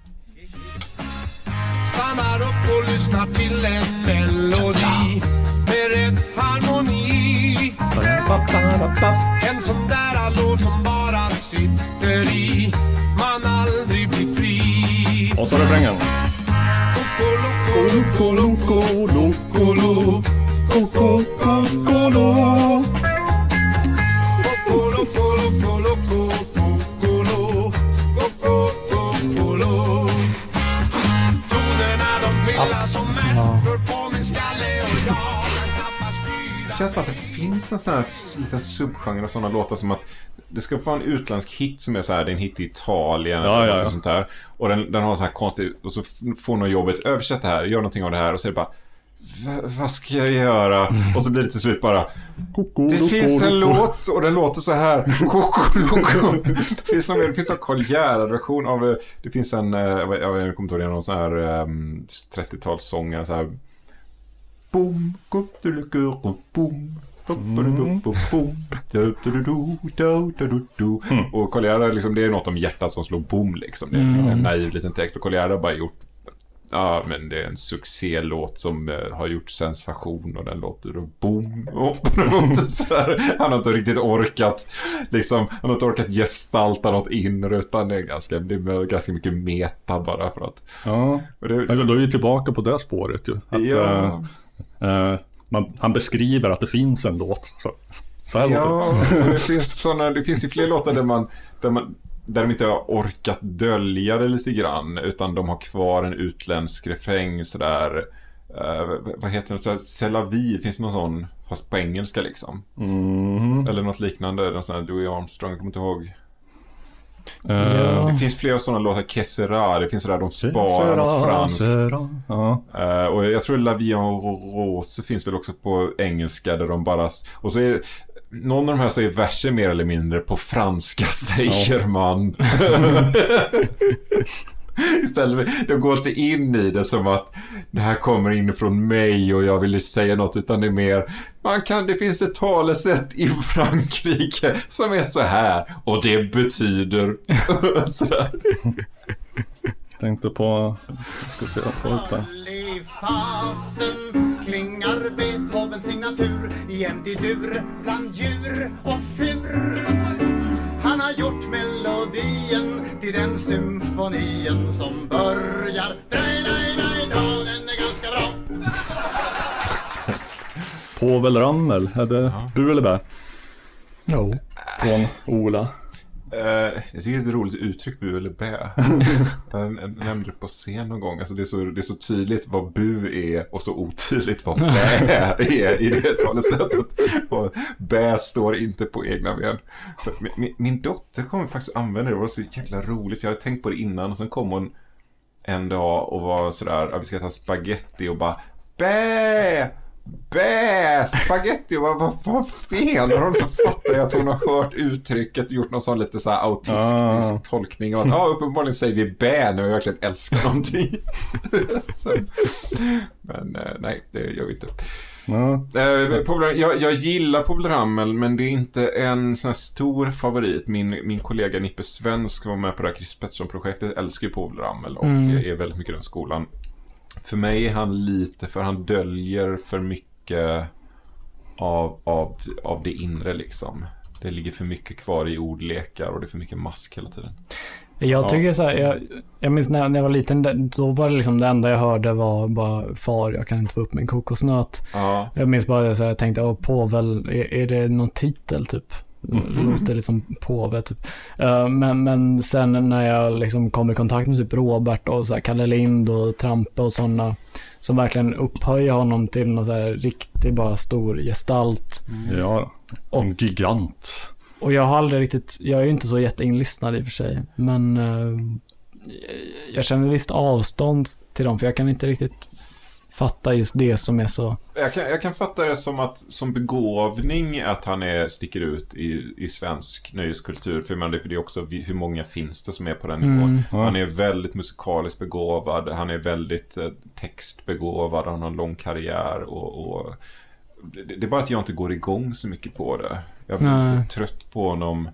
Stannar upp och lyssnar till en melodi med rätt harmoni. En sån där låt som bara sitter i, man aldrig blir fri. Och så refrängen. Det känns som att det finns en sån här liten subgenre och sådana låtar som att det ska vara en utländsk hit som är så här, det är en hit i Italien eller något sånt där. Och den har så här konstigt, och så får någon jobbet, översätt det här, gör någonting av det här, och så är det bara, vad ska jag göra? Och så blir det till slut bara, det finns en låt och den låter så här. Det finns en Karl Gerhard-version av, det finns en, jag kommer inte ihåg någon sån här 30-talssångare så här. Boom, boom, Och Collier liksom, det är något om hjärtat som slår boom liksom. Det är en naiv liten text. Och Collier har bara gjort men det är en succélåt som har gjort sensation och den låter då boom. Han har inte riktigt orkat liksom, han har inte orkat gestalta något inre, utan det är ganska mycket meta bara för att då är vi tillbaka på det spåret ju. Att, han beskriver att det finns en låt så här låter det finns ju fler låtar där de inte har orkat dölja det lite grann, utan de har kvar en utländsk refräng sådär, vad heter det, C'est la vie, finns det någon sån fast på engelska liksom, eller något liknande, någon sån här Louis Armstrong, jag kommer inte ihåg. Det finns flera sådana låtar, Kessera, det finns sådär, de sparar något franskt. Och jag tror La Vie en Rose finns väl också på engelska, där de bara, och så är någon av de här säger verser mer eller mindre på franska, säger man. Istället, de går inte in i det som att det här kommer in från mig och jag vill säga något, utan det är mer, det finns ett talesätt i Frankrike som är så här, och det betyder sådär. Tänkte på, ska se vad folk där. Fasen klingar Beethovens signatur jämt i dur bland djur och fur. Han har gjort melodien till den symfonien som börjar drej, den är ganska bra. Povel Ramel, är det bu eller bä? Jo. Från Ola. Jag tycker det är ett roligt uttryck, bu eller bä. Jag nämnde det på scen någon gång. Alltså det är så tydligt vad bu är och så otydligt vad bä är i det talesättet. Och bä står inte på egna ben. Min dotter kommer faktiskt använda det. Det var så jäkla roligt, för jag hade tänkt på det innan, och sen kom hon en dag och var sådär, vi ska äta spaghetti, och bara bä! Spaghetti, vad fel. Och så fattar jag att hon har hört uttrycket och gjort någon sån lite så här autistisk tolkning av att uppenbarligen säger vi bä när vi verkligen älskar någonting. Men nej, det gör vi inte. Jag gillar Povel Ramel, men det är inte en sån här stor favorit. Min kollega Nippe Svensk var med på det här Chris Pettersson-projektet, älskar ju Povel Ramel och är väldigt mycket i den skolan. För mig är han lite, för han döljer för mycket av det inre liksom. Det ligger för mycket kvar i ordlekar och det är för mycket mask hela tiden. Jag tycker så här, jag minns när jag var liten, så var det liksom det enda jag hörde var bara far, jag kan inte få upp min kokosnöt. Jag minns bara så här, jag tänkte, Povel, är det någon titel typ? Låter liksom påve typ. Men sen när jag liksom kom i kontakt med typ Robert och så här Kalle Lind och Trampe och sådana som verkligen upphöjer honom till någon så här riktigt bara stor gestalt. Ja, en gigant. Och jag har aldrig riktigt, jag är ju inte så jätteinlyssnad i och för sig, men jag känner visst avstånd till dem, för jag kan inte riktigt fatta just det som är så. Jag kan fatta det som begåvning att han sticker ut i svensk nöjeskultur, för det är också hur många finns det som är på den nivån. Han är väldigt musikaliskt begåvad, han är väldigt textbegåvad, han har en lång karriär och det är bara att jag inte går igång så mycket på det. Jag blir lite trött på honom.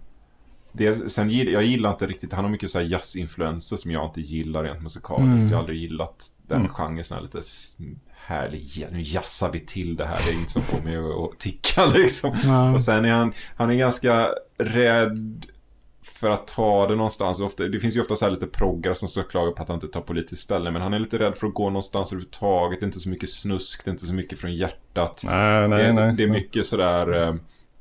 Jag gillar inte riktigt, han har mycket så här jazzinfluenser som jag inte gillar rent musikaliskt. Jag har aldrig gillat den genren, sån här lite härlig, nu jassar vi till det här, det är inte som får mig att ticka liksom. Och sen är han är ganska rädd för att ta det någonstans. Det finns ju ofta så här lite proggar som så klagar på att han inte tar politiskt ställe, men han är lite rädd för att gå någonstans överhuvudtaget. Det är inte så mycket snusk, det är inte så mycket från hjärtat. Nej. Det är mycket sådär.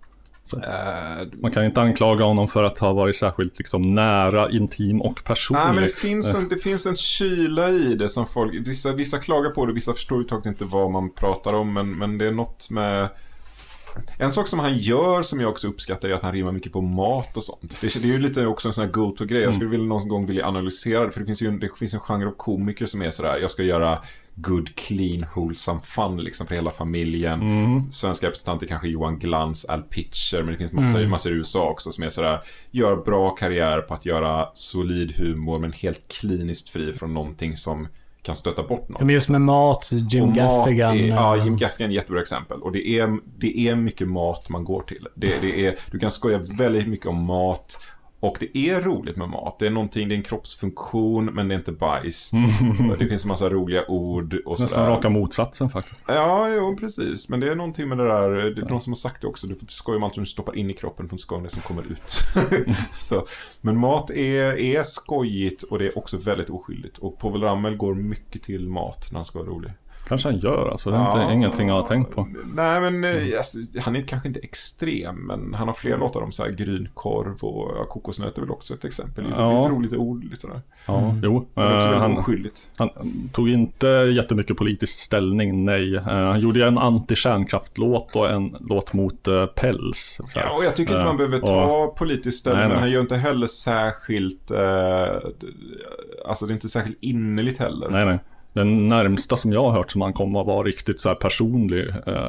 Man kan inte anklaga honom för att ha varit särskilt liksom nära, intim och personlig. Nej, men det finns en kyla i det som folk, vissa klagar på det, vissa förstår uttaget inte vad man pratar om, men det är något med en sak som han gör som jag också uppskattar är att han rimmar mycket på mat och sånt. Det är ju lite också en sån här go-to-grej. Jag skulle någon gång vilja analysera det, för det finns en genre av komiker som är sådär, jag ska göra good, clean, wholesome fun liksom för hela familjen. Svenska representanter kanske Johan Glans, Al Pitcher, men det finns massor i USA också som är sådär, gör bra karriär på att göra solid humor men helt kliniskt fri från någonting som kan stöta bort något. Men just med mat, Jim Gaffigan. Jim Gaffigan är ett jättebra exempel. Och det är mycket mat man går till. Du kan skoja väldigt mycket om mat. Och det är roligt med mat. Det är någonting, det är en kroppsfunktion, men det är inte bajs. Det finns en massa roliga ord och sådär. Nästan raka motsatsen faktiskt. Ja, jo, precis. Men det är någonting med det där, det är någon som har sagt det också. Du får skoja om allt som du stoppar in i kroppen från skojan det som kommer ut. Så, men mat är skojigt och det är också väldigt oskyldigt. Och Povel Ramel går mycket till mat när han ska vara rolig. Kanske han gör, alltså det är ingenting jag har tänkt på. Nej, men alltså, han är kanske inte extrem, men han har fler låtar om så här grynkorv och kokosnöt är väl också ett exempel. Det är lite roligt ord lite sådär. Ja, jo. Han tog inte jättemycket politisk ställning, nej. Han gjorde en anti-kärnkraftlåt och en låt mot päls. Ja, och jag tycker inte man behöver ta politisk ställning, men han gör inte heller särskilt alltså det är inte särskilt innerligt heller. Nej. Den närmsta som jag har hört som han kom att vara riktigt så här personlig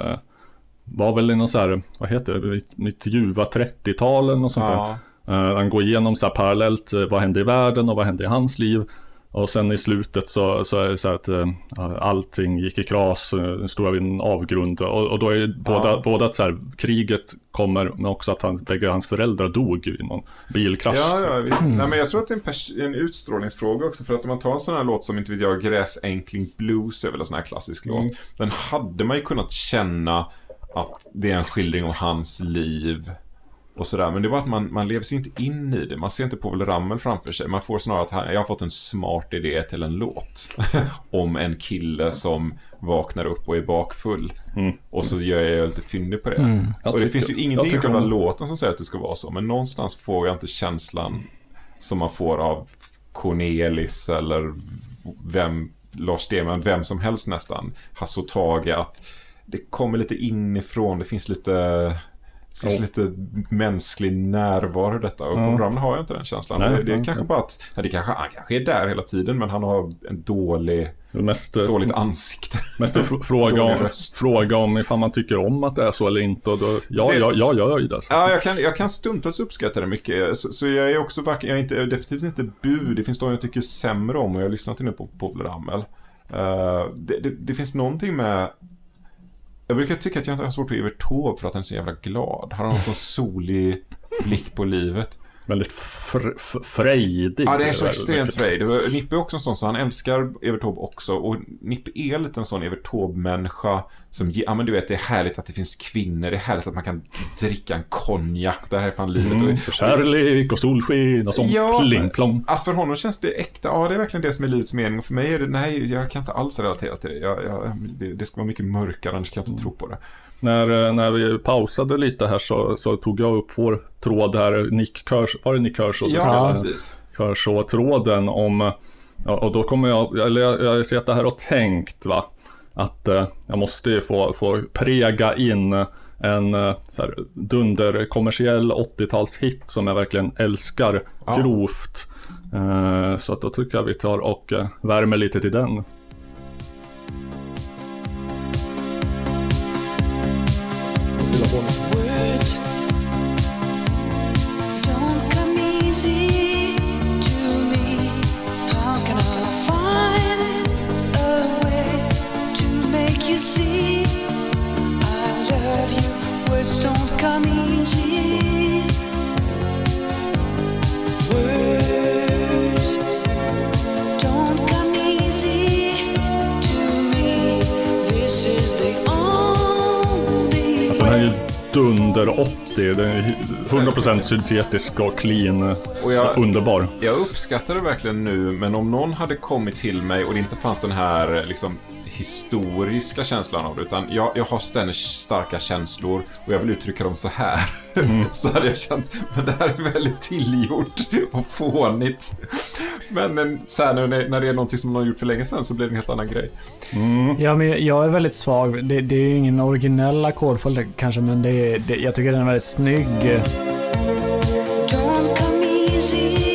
var väl i någon så här, vad heter det, mitt ljuva 30-talen och sånt där. Han går igenom så här parallellt vad hände i världen och vad hände i hans liv. Och sen i slutet så är det så här att allting gick i kras, stod vid en avgrund. Och då är båda att så här, kriget kommer, men också att bägge hans föräldrar dog i någon bilkrasch. Ja, visst. Nej, men jag tror att det är en utstrålningsfråga också. För att om man tar en sån här låt som, inte vet jag, Gräsänkling Blues är väl en sån här klassisk låt. Den hade man ju kunnat känna att det är en skildring om hans liv och sådär, men det var att man lever sig inte in i det. Man ser inte Povel Ramel framför sig. Man får snarare att jag har fått en smart idé till en låt om en kille som vaknar upp och är bakfull. Och så gör jag lite fyndig på det. Och det finns ju ingenting i själva låten som säger att det ska vara så, men någonstans får jag inte känslan som man får av Cornelis eller Lars Stenman, vem som helst nästan, Hasse och Tage, att det kommer lite inifrån, det finns lite mänsklig närvaro detta. Och på Ramel har jag inte den känslan. Det är kanske bara att han kanske är där hela tiden, men han har en dåligt ansikte. Mest fråga om ifall man tycker om att det är så eller inte. Och då, jag gör ju det. Ja, jag kan stundtals uppskatta det mycket. Så jag är också definitivt inte det finns de jag tycker sämre om, och jag har lyssnat in på Povel Ramel. Det finns någonting med. Jag brukar tycka att jag inte har svårt för Evert Taube för att han är så jävla glad. Han har en sån solig blick på livet. Väldigt frejdig. Ja, det är så extremt frejdig. Nippe är också en sån, så han älskar Evert Taube också. Och Nippe är lite en sån Evert Taube-människa som, men du vet, det är härligt att det finns kvinnor. Det är härligt att man kan dricka en konjak. Det här är fan livet. Kärlek och solsken och sånt. Pling-plong. Att för honom känns det äkta. Ja, det är verkligen det som är livets mening. Och för mig är det, nej, jag kan inte alls relatera till det. Det ska vara mycket mörkare, annars kan jag inte tro på det. När vi pausade lite här så tog jag upp vår tråd här, Nick Kershaw? Ja, precis. Kershaw-tråden om, och då kommer jag ser att det här har tänkt, va, att jag måste få prega in en så här dunderkommersiell 80-talshit som jag verkligen älskar grovt. Så att då tycker jag vi tar och värmer lite till den. Words don't come easy to me. How can I find a way to make you see I love you? Words don't come easy. Words don't come easy to me. This is the den är ju dunder 80, den är 100% syntetisk och clean och underbar. Jag uppskattar det verkligen nu, men om någon hade kommit till mig och det inte fanns den här liksom historiska känslan av det, utan jag har ständigt starka känslor och jag vill uttrycka dem så här. Så hade jag känt, men det här är väldigt tillgjort och fånigt. Men så här, när det är någonting som man har gjort för länge sedan så blir det en helt annan grej. Ja, men jag är väldigt svag. Det är ju ingen originell ackordföljd kanske, men jag tycker den är väldigt snygg. Don't come easy.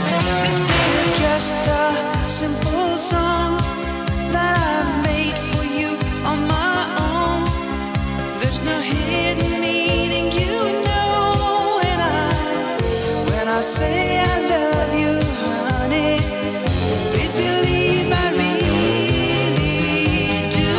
Simple song that I've made for you. no hidden meaning, you know. And when I say I love you, honey, please believe I really do.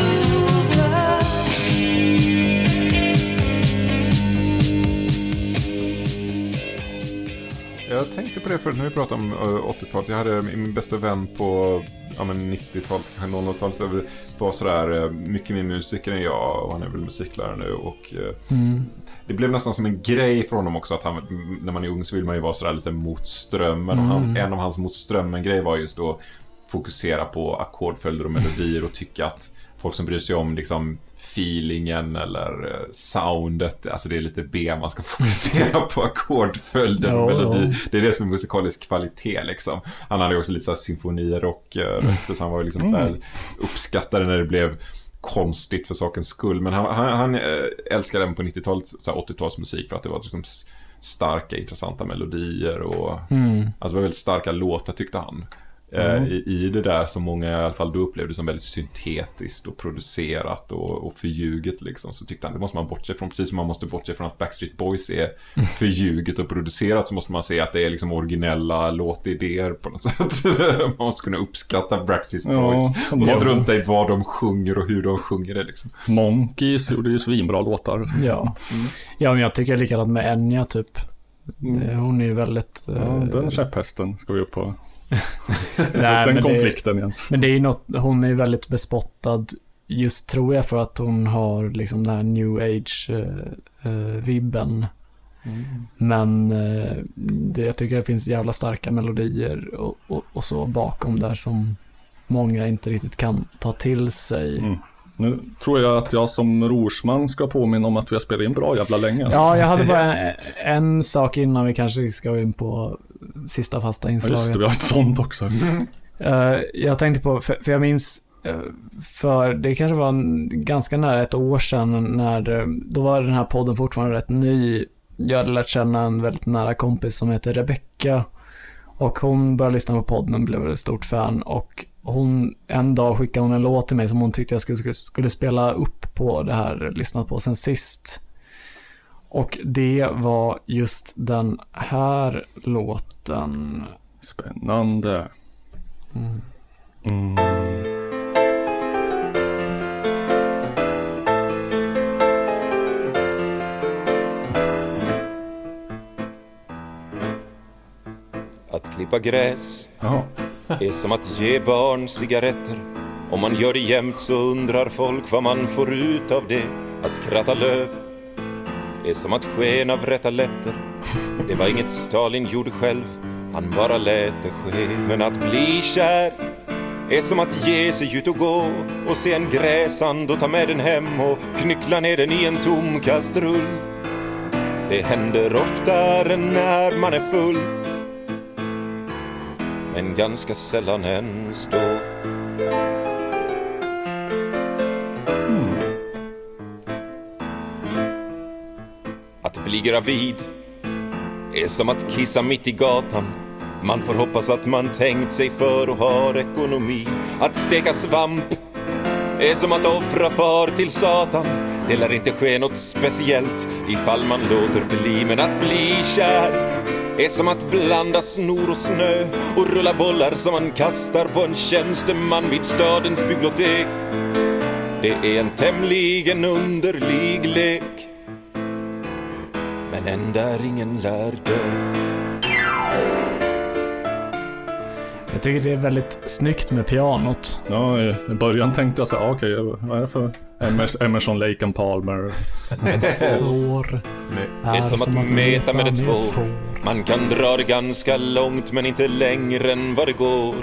Jag tänkte på det förut när vi pratade om 80-talet. Jag hade min bästa vän på 90-talet, 00-talet. Det var sådär mycket mer musiker än jag, och han är väl musiklärare nu. Och det blev nästan som en grej för honom också, att han, när man är ung så vill man ju vara sådär lite mot strömmen. Och en av hans mot strömmen-grej var just då fokusera på ackordföljder och melodier och tycka att folk som bryr sig om liksom feelingen eller soundet, alltså det är lite B, man ska fokusera på ackordföljden och melodi. Det är det som är musikalisk kvalitet liksom. Han hade också lite så här symfonirock, så han var ju liksom så här uppskattade när det blev konstigt för sakens skull. Men han älskade den på 90-talet, så här 80-talsmusik, för att det var liksom starka, intressanta melodier och alltså det var väldigt starka låtar, tyckte han. I det där som många i alla fall då upplevde som väldigt syntetiskt och producerat och förljuget liksom, så tyckte han det måste man bortse från, precis som man måste bortse från att Backstreet Boys är förljuget och producerat, så måste man se att det är liksom originella låtidéer på något sätt. Man måste kunna uppskatta Backstreet Boys och strunta i vad de sjunger och hur de sjunger det liksom. Monkeys gjorde ju svinbra låtar. Ja, men jag tycker likadant med Enya typ. Hon är ju väldigt... den käpphästen ska vi upp på. Nej, den konflikten igen. Men det är ju något, hon är väldigt bespottad just, tror jag, för att hon har liksom den här new age vibben. Men jag tycker det finns jävla starka melodier och så bakom där som många inte riktigt kan ta till sig. Nu tror jag att jag som rorsman ska påminna om att vi har spelat in bra jävla länge. Ja, jag hade bara en sak innan vi kanske ska gå in på sista fasta inslaget. Ja, just det, vi har ett sånt också. Jag tänkte på, för jag minns, för det kanske var ganska nära ett år sedan, när då var den här podden fortfarande rätt ny. Jag hade lärt känna en väldigt nära kompis som heter Rebecca, och hon började lyssna på podden och blev ett stort fan, och en dag skickade hon en låt till mig som hon tyckte jag skulle spela upp på det här lyssnat på sen sist. Och det var just den här låten. Spännande. Att klippa gräs är som att ge barn cigaretter. Om man gör det jämt så undrar folk vad man får ut av det. Att kratta löv är som att sken av rätta lätter. Det var inget Stalin gjorde själv, han bara lät det ske. Men att bli kär är som att ge sig ut och gå och se en gräsand och ta med den hem och knyckla ner den i en tom kastrull. Det händer oftare när man är full, men ganska sällan ens då. Att bli gravid är som att kissa mitt i gatan. Man får hoppas att man tänkt sig för och har ekonomi. Att steka svamp är som att offra far till Satan. Det lär inte ske något speciellt ifall man låter bli. Men att bli kär är som att blanda snor och snö och rulla bollar som man kastar på en tjänsteman vid stadens bibliotek. Det är en tämligen underlig lek, men än där ingen lär dö. Jag tycker det är väldigt snyggt med pianot. Ja, i början tänkte jag så här, okej, vad är det för Emerson, Lake and Palmer? Metafor. Det är som att meta med ett får. Man kan dra det ganska långt, men inte längre än vad det går.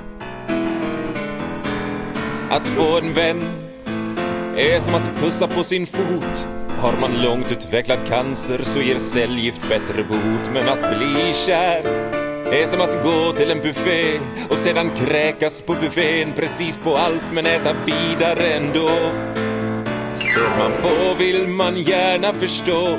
Att få en vän är som att pussa på sin fot. Har man långt utvecklad cancer så ger cellgift bättre bot. Men att bli kär är som att gå till en buffé och sedan kräkas på buffén precis på allt, men äta vidare ändå. Ser man på vill man gärna förstå,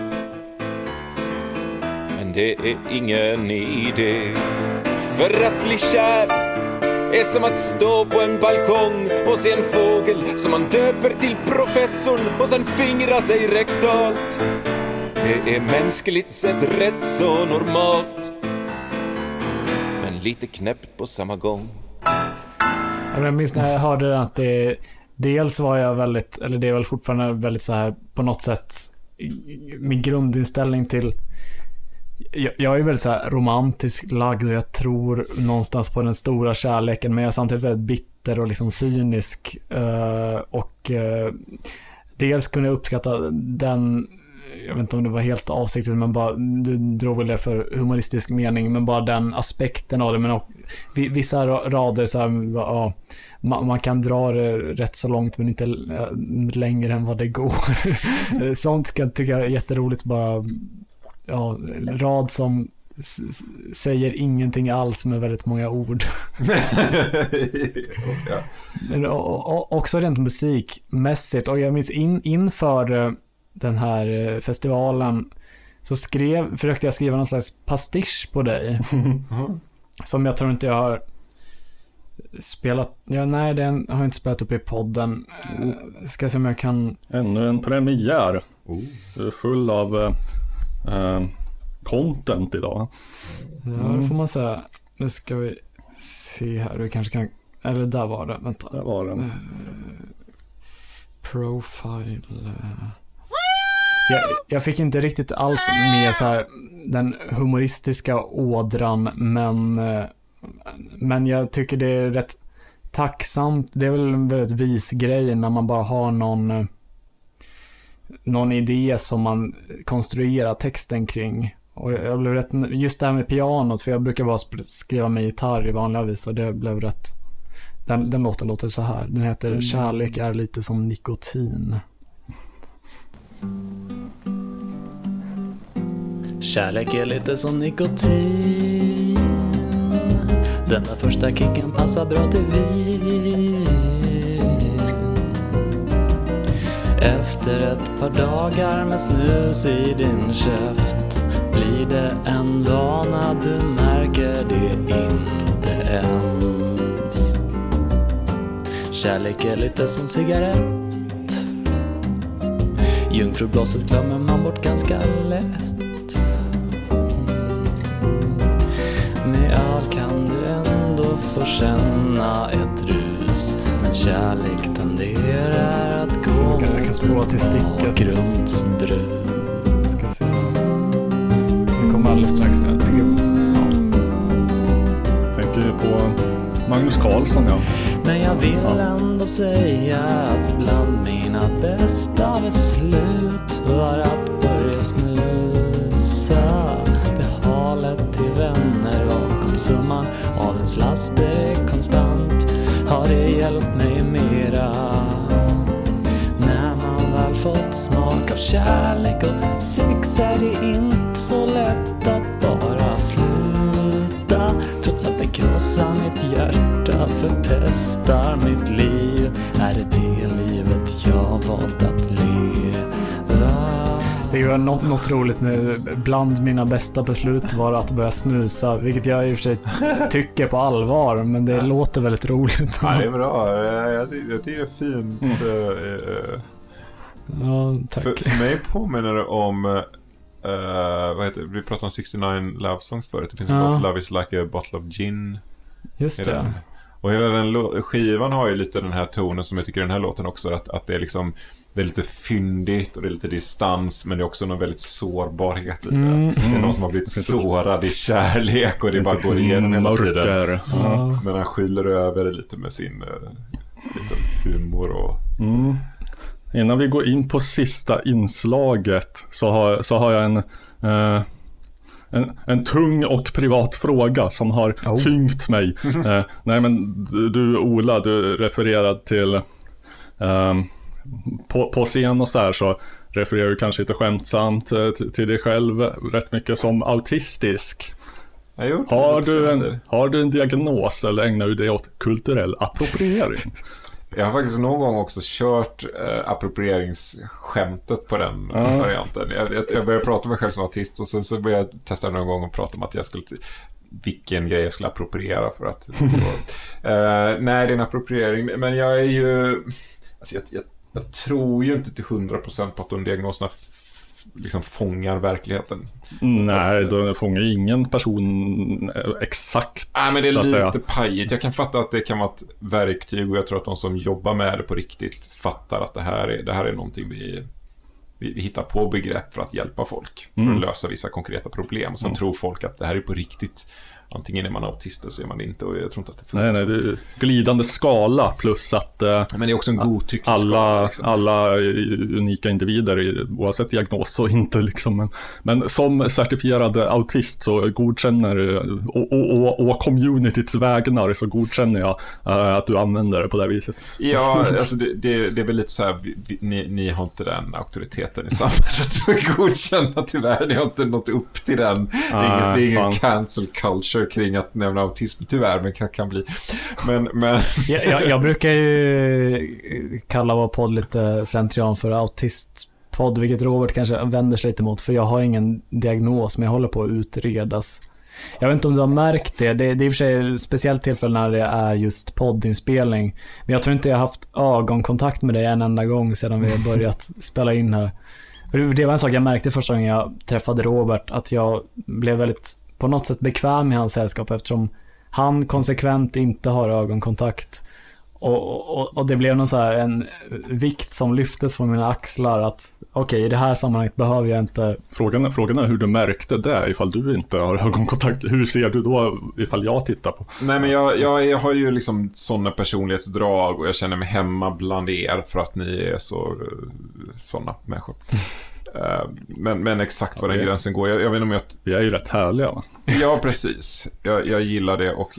men det är ingen idé. För att bli kär är som att stå på en balkong och se en fågel som man döper till professorn och sen fingra sig rektalt. Det är mänskligt sett rätt så normalt, men lite knäppt på samma gång. Jag minns när jag hörde att det, dels var jag väldigt, eller det är väl fortfarande väldigt så här på något sätt min grundinställning till, jag är väldigt så här romantisk lagd och jag tror någonstans på den stora kärleken, men jag är samtidigt väldigt bitter och liksom cynisk, och dels kunde jag uppskatta den, jag vet inte om det var helt avsiktligt, men bara, du drog väl det för humoristisk mening, men bara den aspekten av det, men vissa rader så här, ja, man kan dra det rätt så långt men inte längre än vad det går. Sånt tycker jag är jätteroligt, bara ja, rad som säger ingenting alls med väldigt många ord. Också rent musikmässigt, och jag minns inför den här festivalen så försökte jag skriva någon slags pastisch på dig som jag tror inte jag har spelat. Ja, nej, den har jag inte spelat upp i podden. Ska se om jag kan. Ännu en premiär. Du är full av content idag. Ja, det får man säga. Nu ska vi se här. Vi kanske kan. Eller där var det. Vänta. Där var den. Profile. Jag fick inte riktigt alls med så här den humoristiska ådran, men jag tycker det är rätt tacksamt. Det är väl en väldigt vis grej när man bara har någon idé som man konstruerar texten kring. Och jag blev rätt, just det här med pianot, för jag brukar bara skriva med gitarr i vanliga vis, och det blev rätt. Den låten låter så här. Den heter Kärlek är lite som nikotin. Kärlek är lite som nikotin. Den där första kicken passar bra till vin. Efter ett par dagar med snus i din käft blir det en vana, du märker det inte ens. Kärlek är lite som cigarett. Jungfrublåset glömmer man bort ganska lätt. Med öl kan du ändå få känna ett rus, men kärlek tenderar att gå mot till bakgrundsbrus. Ska se. Det kommer alldeles strax. Jag tänker på Magnus Carlsson, ja. Men jag vill ändå säga att bland mina bästa beslut var att börja snusa. Det har lett till vänner och om summan av ens laster är konstant har det hjälpt mig mera. När man väl fått smak av kärlek och sex är det inte så lätt att bara sluta. Trots att det krossar mitt hjärta, förpestar mitt liv, är det livet jag valt att leva. Det var något roligt med bland mina bästa beslut var att börja snusa, vilket jag i och för sig tycker på allvar, men det låter väldigt roligt. Ja, det är bra. Jag tycker det är fint. Ja, tack. För mig påminner det om vad heter det? Vi pratade om 69 Love Songs förut. Det finns en låt, Love is like a bottle of gin. Just det. Och hela den skivan har ju lite den här tonen som jag tycker den här låten också, att det är liksom, det är lite fyndigt och det är lite distans, men det är också någon väldigt sårbarhet i det. Det är någon som har blivit sårad i kärlek och det bara går igenom hela tiden. Men han skyller över det lite med sin lite humor och... Innan vi går in på sista inslaget så har jag en tung och privat fråga som har tyngt mig. Nej, men du Ola, du refererade till på scen och så refererar du kanske lite skämtsamt till dig själv rätt mycket som autistisk. Har du en diagnos eller ägnar du dig åt kulturell appropriering? Jag har faktiskt någon gång också kört approprieringsskämtet på den varianten. Jag började prata med mig själv som autist och sen så började jag testa någon gång och prata om att jag skulle vilken grej jag skulle appropriera för att nej, det är en appropriering, men jag är ju alltså jag tror ju inte till 100% på att de diagnoserna liksom fångar verkligheten. Nej, de fångar ingen person exakt. Nej, men det är lite pajigt. Jag kan fatta att det kan vara ett verktyg, och jag tror att de som jobbar med det på riktigt fattar att det här är någonting vi hittar på begrepp för att hjälpa folk, för att lösa vissa konkreta problem. Och sen tror folk att det här är på riktigt. Antingen är man autist och så är man inte, och jag tror inte att det funkar. Nej, det är glidande skala, plus att men det är också en godtycklig skala, liksom. Alla unika individer oavsett diagnos och inte liksom, men som certifierad autist så godkänner och communityts vägnar så godkänner jag att du använder det på det viset. Ja, alltså det är väl lite så här, ni har inte den auktoriteten i samhället att godkänna, tyvärr. Ni har inte nått upp till den. Det är ingen cancel culture kring att nämna autism, tyvärr, men kan bli. Men jag brukar ju kalla vår podd lite slentrian för autistpodd, vilket Robert kanske vänder sig lite mot, för jag har ingen diagnos, men jag håller på att utredas. Jag vet inte om du har märkt det. Det är i och för sig ett speciellt tillfälle när det är just poddinspelning, men jag tror inte jag har haft ögonkontakt med dig en enda gång sedan vi har börjat spela in här. Det var en sak jag märkte första gången jag träffade Robert, att jag blev väldigt på något sätt bekväm i hans sällskap, eftersom han konsekvent inte har ögonkontakt. Och det blev någon så här, en vikt som lyftes från mina axlar, att okej, i det här sammanhanget behöver jag inte... Frågan är hur du märkte det, ifall du inte har ögonkontakt. Hur ser du då ifall jag tittar på? Nej, men jag har ju liksom sådana personlighetsdrag, och jag känner mig hemma bland er för att ni är sådana människor. Men exakt var den gränsen går, jag vet inte om jag... Vi är ju rätt härliga, va? Ja, precis. Jag gillar det, och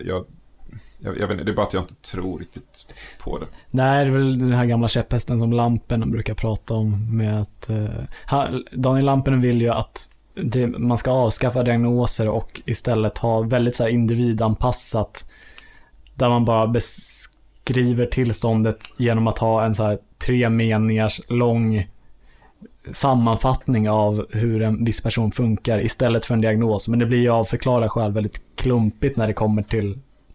jag vet inte, det är bara att jag inte tror riktigt på det. Nej, det är väl den här gamla käpphästen som Lampen brukar prata om, med att Daniel Lampen vill ju att man ska avskaffa diagnoser och istället ha väldigt så här individanpassat, där man bara beskriver tillståndet genom att ha en så här 3 meningars lång sammanfattning av hur en viss person funkar istället för en diagnos. Men det blir ju av förklara själv väldigt klumpigt när det kommer till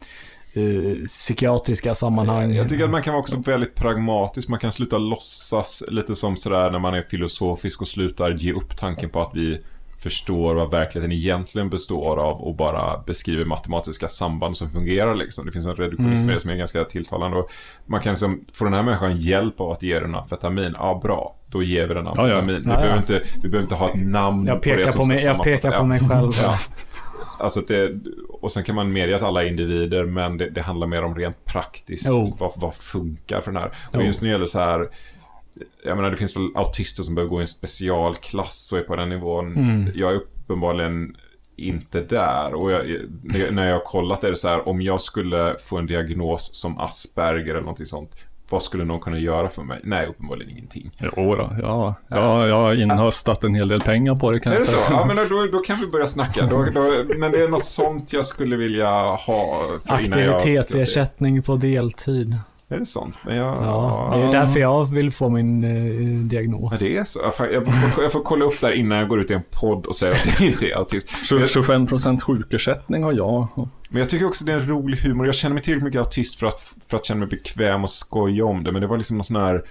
psykiatriska sammanhang. Jag tycker att man kan vara också väldigt pragmatisk. Man kan sluta låtsas lite som sådär när man är filosofisk, och slutar ge upp tanken på att vi förstår vad verkligheten egentligen består av, och bara beskriver matematiska samband som fungerar liksom. Det finns en reduktionism som är ganska tilltalande, och man kan liksom få den här människan hjälp av att ge den amfetamin. Ja, bra. Då ger vi den amfetamin. Vi behöver inte ha ett namn på det som ska jag pekar på mig själv. Ja. Alltså och sen kan man medge att alla är individer, men det handlar mer om rent praktiskt vad funkar för den här. Och just när det gäller så här, jag menar, det finns väl autister som behöver gå i en specialklass och är på den nivån. Jag är uppenbarligen inte där, och när jag har kollat är det så här, om jag skulle få en diagnos som Asperger eller någonting sånt, vad skulle någon kunna göra för mig? Nej, uppenbarligen ingenting. Ja, jag har inhöstat en hel del pengar på det, kan jag säga. Så? Ja, men då kan vi börja snacka. Men det är något sånt jag skulle vilja ha. Aktivitetsersättning på deltid. Är det sånt? Men det är därför jag vill få min diagnos. Ja, det är så. Jag får kolla upp där innan jag går ut i en podd och säger att det inte är autist. 25% sjukersättning har jag. Men jag tycker också det är en rolig humor. Jag känner mig tillräckligt mycket autist för att känna mig bekväm och skoja om det. Men det var liksom någon sån här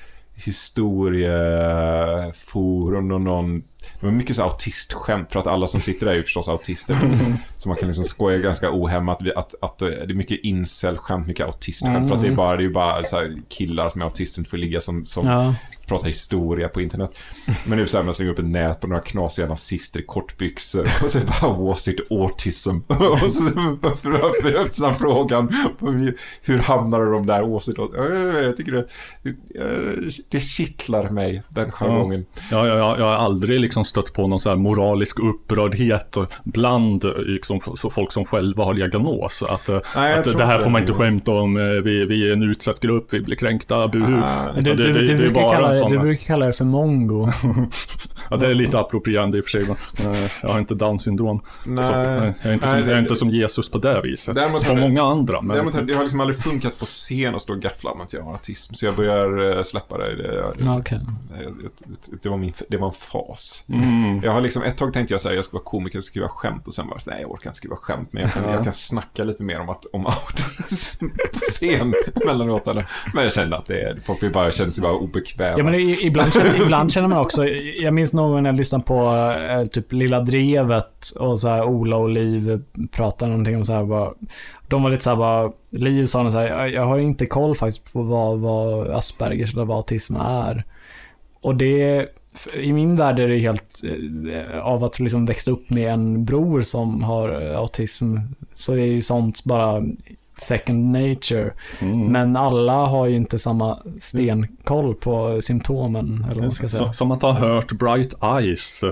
historieforum och det var mycket så autistskämt, för att alla som sitter där är ju förstås autister, så man kan liksom skoja ganska ohämmat att det är mycket incel-skämt, mycket autistskämt, för att det är ju bara så här killar som är autister inte får ligga som prata historia på internet. Men nu så här, man slänger upp ett nät på några knasiga nazister i kortbyxor och så bara was it autism, och så öppnar frågan hur hamnar de där åsikt. Jag tycker det kittlar mig, den jargongen. Ja, jag har aldrig liksom stött på någon så här moralisk upprördhet bland liksom, så folk som själva har diagnos, att det här får man inte skämta om, vi är en utsatt grupp, vi blir kränkta, buhu. Du brukar kalla det för mongo. Ja, det är lite approprierande i och för sig. Jag har inte Down-syndrom. Jag är inte som Jesus på det viset. Som många andra. Men... Däremot, det har liksom aldrig funkat på scen att stå och gaffla med att jag har autism. Så jag börjar släppa det. Okay. Det var en fas. Jag har liksom ett tag tänkt jag säga jag ska vara komiker och skriva skämt och sen bara nej jag orkar inte skriva skämt men jag kan snacka lite mer om autism på scen mellanåt eller men jag kände att folk vill bara känner sig bara obekväma. Ja men ibland känner man också, jag minns någon när jag lyssnade på typ Lilla Drevet och så här Ola och Liv pratade någonting om så här bara, de var lite så här bara, Liv sa så här, jag har inte koll faktiskt på vad Aspergers eller vad autism är. Och det i min värld är det helt av att liksom växa upp med en bror som har autism så är ju sånt bara second nature. Men alla har ju inte samma stenkoll på symptomen eller vad man ska säga. Som att ha hört Bright Eyes.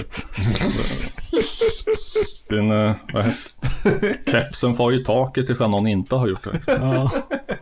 Din kepsen får i taket ifall någon inte har gjort det. Ja.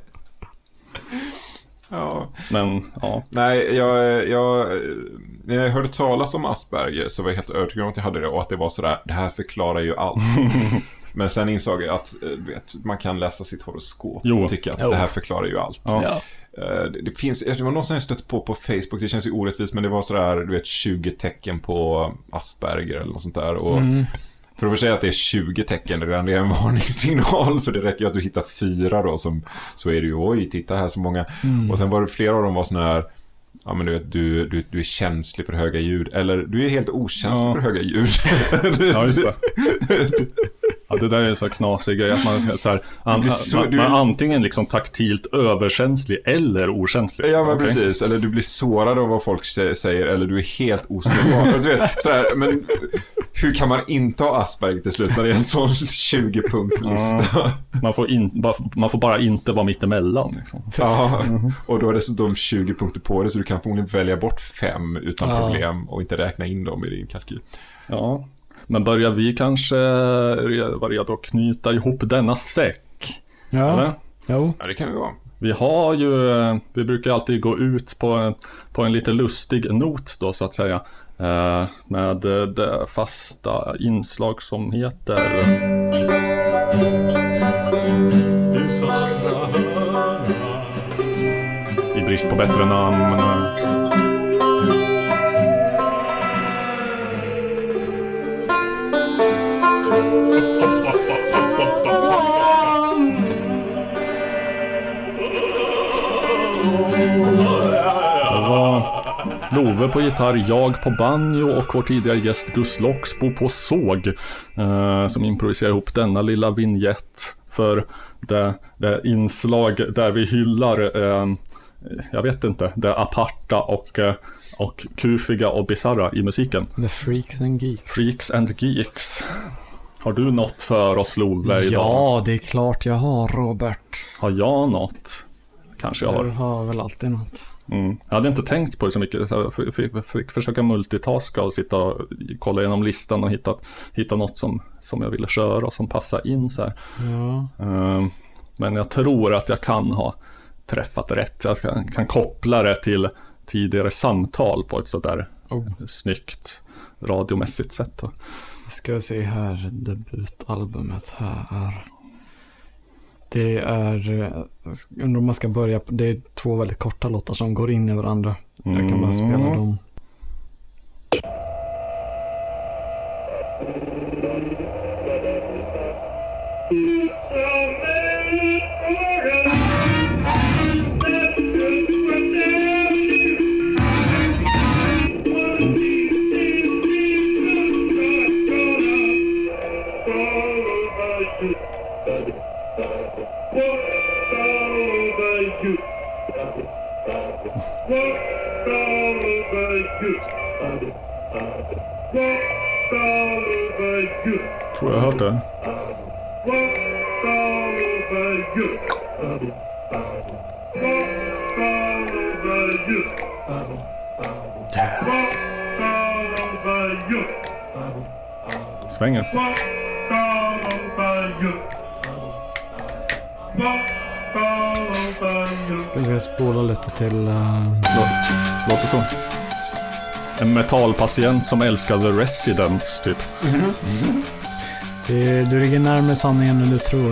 Ja. Men ja. Nej, när jag hörde talas om Asperger så var jag helt övertygad om att jag hade det och att det var sådär, det här förklarar ju allt. Men sen insåg jag att man kan läsa sitt horoskop och tycka att det här förklarar ju allt. Ja. Det finns, det var någon som jag stött på Facebook, det känns ju orättvist men det var sådär, 20 tecken på Asperger eller något sånt där och för att säga att det är 20 tecken redan det är en varningssignal för det räcker ju att du hittar 4 då som, så är det ju, oj titta här så många och sen var det flera av dem var såna här ja men du vet, du är känslig för höga ljud eller du är helt okänslig för höga ljud. Ja just det. Ja, det där är så knasig grej att man så här, man antingen liksom taktilt överkänslig eller okänslig. Ja men precis, eller du blir sårad av vad folk säger eller du är helt osårbar. Du vet, så här, men hur kan man inte ha Asperger till slut när det är en sån 20-punktslista? Man får bara inte vara mittemellan liksom. Ja, och då är det så de 20 punkter på det så du kan förmodligen välja bort 5 utan problem och inte räkna in dem i din kalkyl. Ja. Men börjar vi kanske vara redo att knyta ihop denna säck? Ja. Eller? Jo. Ja, det kan vi vara. Vi brukar alltid gå ut på en lite lustig not då så att säga. Med det fasta inslag som heter i brist på bättre namn. Love på gitarr, jag på banjo och vår tidigare gäst Gus Loxbo på såg som improviserar ihop denna lilla vignett för det inslag där vi hyllar jag vet inte, det aparta och kufiga och bizarra i musiken. The Freaks and Geeks. Freaks and Geeks. Har du något för oss Love idag? Ja, det är klart jag har, Robert. Har jag något? Kanske jag har. Du har väl alltid något. Jag hade inte tänkt på det så mycket. Jag fick försöka multitaska och sitta och kolla igenom listan och hitta något som jag ville köra och som passar in så här. Ja. Men jag tror att jag kan ha träffat rätt. Jag kan koppla det till tidigare samtal på ett sådär snyggt radiomässigt sätt. Ska vi se här, debutalbumet här. Det är, undrar om man ska börja, det är 2 väldigt korta låtar som går in i varandra. Jag kan bara spela dem. Tror jag hört det. Svänger. Ska vi spola lite till... Låter så. En metallpatient som älskar The Residents typ. Du ligger närmare sanningen än du tror.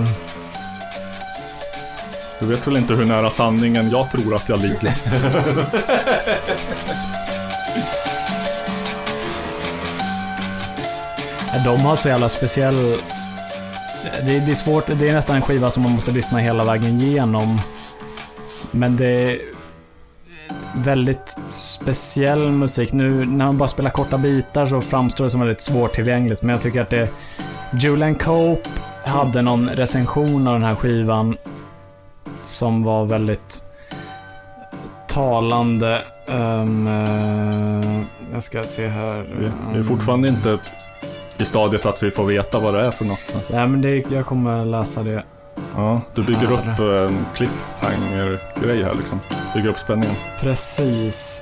Du vet väl inte hur nära sanningen jag tror att jag ligger. De har så jävla speciell... Det är svårt, det är nästan en skiva som man måste lyssna hela vägen igenom. Men det är väldigt speciell musik. Nu när man bara spelar korta bitar så framstår det som väldigt svårtillgängligt. Men jag tycker att det... Julian Cope hade någon recension av den här skivan som var väldigt talande. Jag ska se här. Det är fortfarande inte i stadiet att vi får veta vad det är för något. Nej, men jag kommer läsa det. Ja, du bygger upp en cliffhanger-grej här liksom. Bygger upp spänningen. Precis.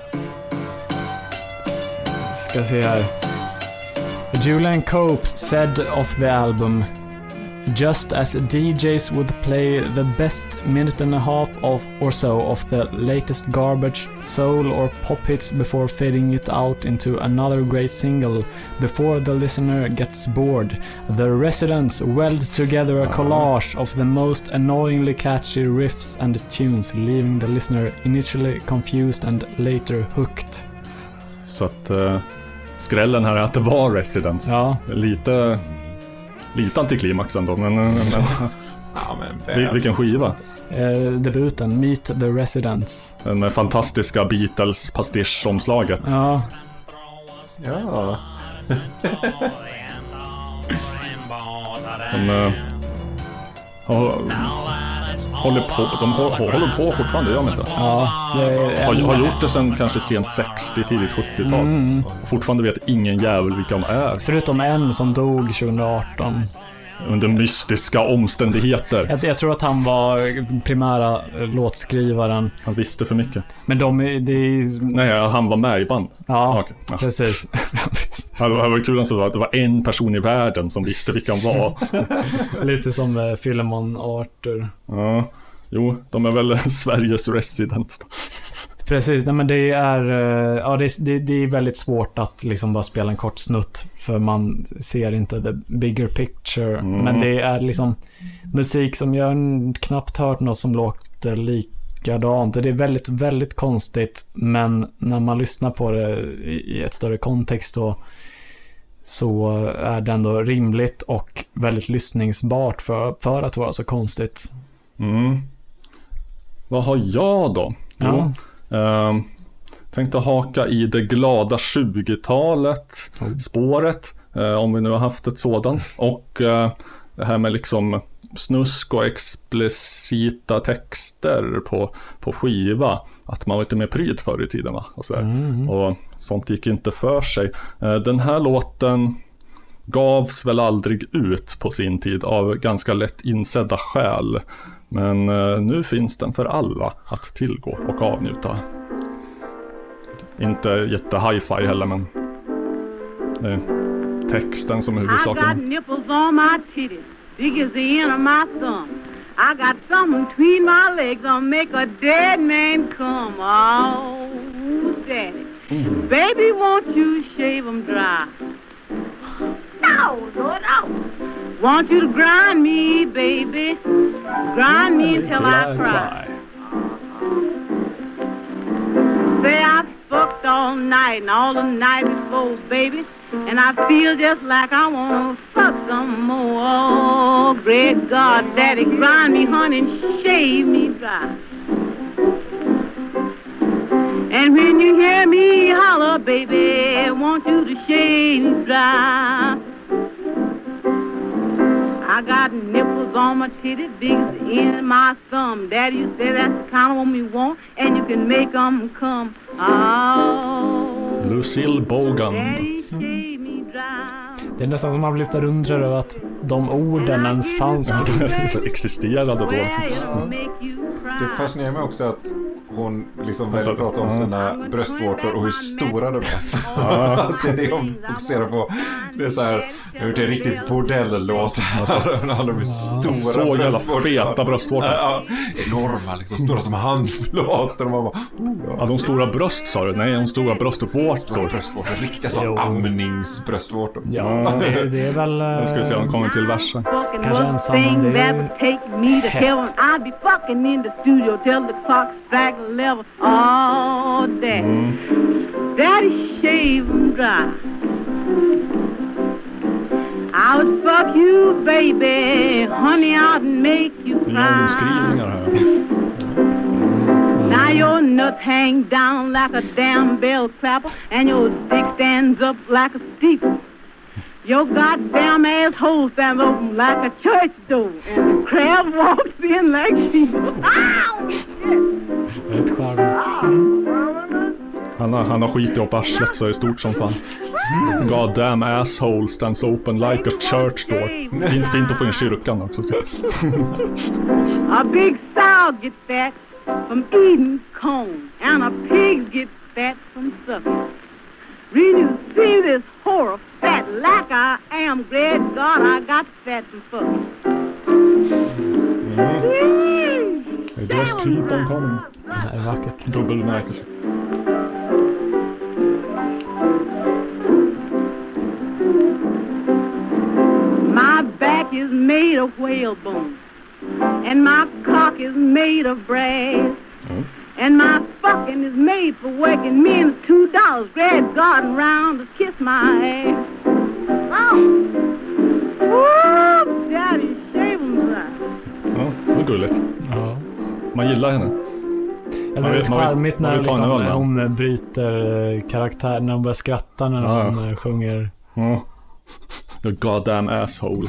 Ska se här. Julian Cope said of the album, just as DJs would play the best minute and a half or so of the latest garbage, soul or pop hits before fading it out into another great single before the listener gets bored, the Residents weld together a collage of the most annoyingly catchy riffs and tunes, leaving the listener initially confused and later hooked. Så att skrällen här är att det var Residents. Ja. Lite antiklimax ändå, men vilken skiva? Debuten, Meet the Residents. Den fantastiska Beatles pastisch-omslaget. Ja. Ja. De håller på fortfarande, gör de inte? Ja. Har gjort det sen kanske sent 60, tidigt 70-tal. Och fortfarande vet ingen jävel vilka de är. Förutom en som dog 2018. Under mystiska omständigheter. Jag tror att han var primära låtskrivaren. Han visste för mycket. Men Nej, han var med i band. Ja, okay. Ja. Precis. Det var kul att det var en person i världen som visste vilka han var. Lite som Philemon Arthur. Ja, jo, de är väl Sveriges Residents då. Precis, nej, men det är väldigt svårt att liksom bara spela en kort snutt för man ser inte the bigger picture. Men det är liksom musik som jag knappt hört något som låter likadant. Det är väldigt, väldigt konstigt, men när man lyssnar på det i ett större kontext så är det ändå rimligt och väldigt lyssningsbart för att vara så konstigt. Vad har jag då? Ja. Tänkte haka i det glada 20-talet spåret, om vi nu har haft ett sådant, och det här med liksom snusk och explicita texter på skiva, att man var lite mer pryd förr i tiden, va? Och, och sånt gick inte för sig. Den här låten gavs väl aldrig ut på sin tid av ganska lätt insedda skäl. Men nu finns den för alla att tillgå och avnjuta. Inte jätte hi-fi heller, men det är texten som är huvudsaken. I got nipples on my titties, big as the end of my thumb. I got something between my legs that'll make a dead man come. Oh, daddy. Baby, won't you shave them dry? No, Lord, no. Want you to grind me, baby. Grind me until I cry. Say I've fucked all night and all the night before, baby. And I feel just like I want to fuck some more. Oh, great God, daddy, grind me, honey, and shave me dry. And when you hear me holler, baby, I want you to shave me dry. I got nipples on my titty, big as the end of my thumb. Daddy, you say that's the kind of woman you want, and you can make them come. Oh, Lucille Bogan. Daddy, shave me dry. Det är nästan som man blir förundrad över att de orden ens fanns. Existerade då. Det fascinerar mig också att hon liksom väljer att prata om sina bröstvårtor och hur stora de är. Det är det hon fokuserar på. Det är så här, nu är det en riktigt bordell-låt här. Alla de stora så bröstvårtor. Feta bröstvårtor. Enorma, liksom stora som handflator. Man bara, ja, de stora bröst sa du? Nej, de stora bröstvårtor. Stora bröstvårtor, riktiga så amningsbröstvårtor. Ja, det är väl... Nu ska vi se om de kommer till versen. Kanske ensam, men det är hett. I'd be fucking in the studio till the clock strike 11. Oh, daddy, daddy, shave 'em dry. I would fuck you, baby, honey, I'd make you cry. Skrivningar här. Now your nuts hang down like a damn bell clapper, and your dick stands up like a steeple. Your goddamn asshole stands open like a church door, and the crab walks in like people. Ow! Rätt charmigt. Han har skit upp arslet så är stort som fan. Goddamn asshole stands open like a church door. Fint att få in kyrkan också. A big sow gets fat from eating corn, and a pig gets fat from sucking. When you see this whore fat like I am, great God, I got fat from fucking. They just keep on coming. Det här är vackert. Dubbelmärkelse. My back is made of whalebone, and my cock is made of brass, and my fucking is made for working men's $2. Great garden round to kiss my ass. Oh, woo, daddy, shave 'em right. Ja, det var gulligt. Ja. Man gillar henne. Eller det är charmigt när liksom, hon bryter karaktär, när hon börjar skratta när hon sjunger. Ja. The goddamn asshole.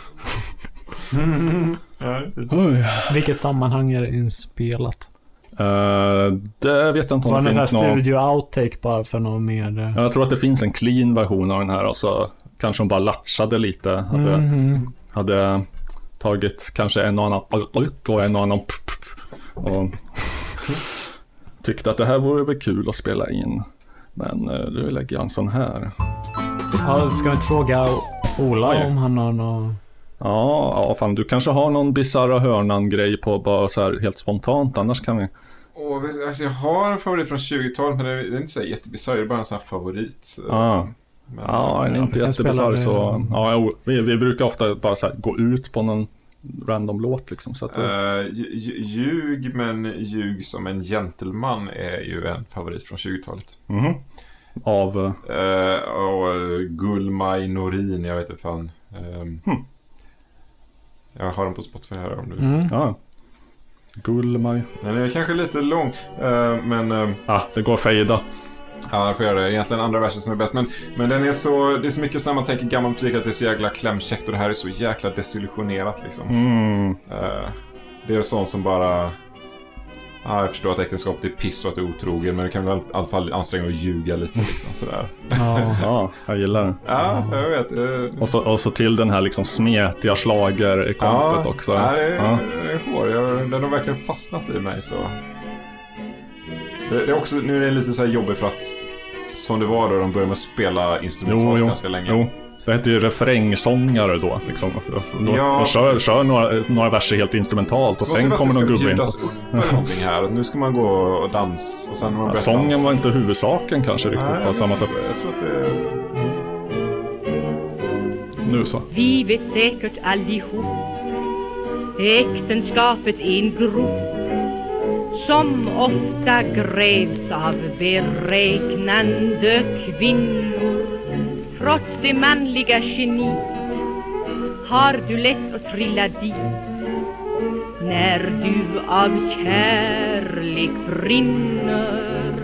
Vilket sammanhang är det inspelat? Det vet jag inte om var det finns någon studio-outtake bara för något mer. Jag tror att det finns en clean version av den här, och så kanske hon bara latchade lite. Hade tagit kanske en och annan och en och annan och tyckte att det här vore väl kul att spela in. Men nu lägger jag en sån här. Ja, ska vi inte fråga Ola om han har någon... Ja, fan, du kanske har någon bizarra hörnan-grej på bara så här helt spontant, annars kan vi... Alltså jag har en favorit från 20-talet, men det är inte så jättebisarr, det är bara en sån här favorit. Men, den är inte jättebisarr så... Ja, vi brukar ofta bara så här gå ut på någon random låt liksom, så att ljug, men ljug som en gentleman är ju en favorit från 20-talet. Av Gulmaj Norin, jag vet inte fan. Jag har den på Spotify här om du. Ja. Gulmaj. Den är kanske lite lång, men det går att fejda. Ja, jag får göra det. Egentligen andra versen som är bäst, men den är så, det är så mycket som man tänker gammal musik, att det är så jäkla klämkäckt, och det här är så jäkla desillusionerat liksom. Det är sånt som bara... jag förstår att äktenskapet är piss och att du är otrogen, men du kan väl i alla fall anstränga och ljuga lite liksom, sådär. Ja, jag gillar den. Ja, jag vet. Och så till den här liksom smetiga schlager-kompet också. Ja, det är hår. Den har verkligen fastnat i mig, så... Det är också, nu är det lite så här jobbigt för att, som det var då, de började med att spela instrumentalt ganska länge. Jo. Det heter ju refrängsångare då liksom. De kör några verser helt instrumentalt, och sen kommer någon gubbe in. Det ska upp någonting här. Nu ska man gå och dansa, och sen man sången dansa. var inte huvudsaken kanske riktigt på samma sätt. Jag tror att det är... Nu så. Vi vet säkert allihop, äktenskapet är en grop som ofta grävs av beräknande kvinnor. Trots det manliga geni har du lätt att trilla dit när du av kärlek brinner.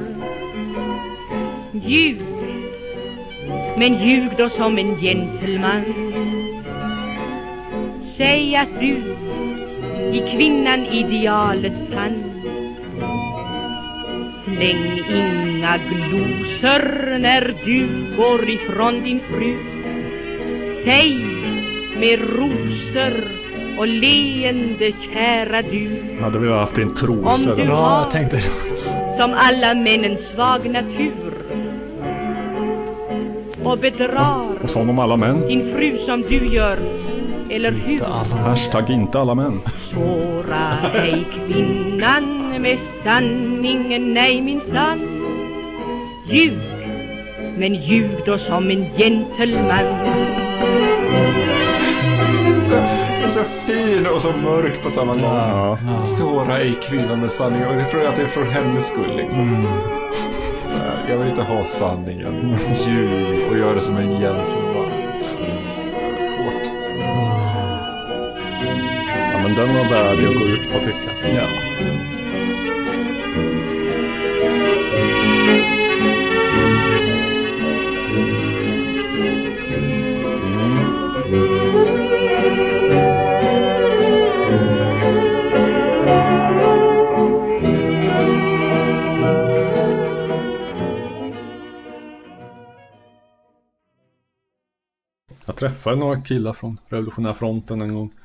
Ljug, men ljug då som en gentleman. Säg att du i kvinnan idealet fann. Släng inga glosor när du går ifrån din fru. Säg med rosor och leende, kära du. Hade vi haft en trosor. Om du har, jag tänkte som alla männens svag natur och bedrar och som om alla män. din fru som du gör, eller hur? Hashtag inte alla män. Såra ej kvinnan med sanningen, nej min sann. Ljug, men ljug då som en gentleman. Det är så fin och så mörk på samma gång. Såra ej kvinnan med sanningen. Och det tror jag att det är från hennes skull liksom. Så här, jag vill inte ha sanningen. Ljug och gör det som en gentleman. men den var värd att gå ut på, tycker jag. Ja. Jag träffade några killar från Revolutionär fronten en gång.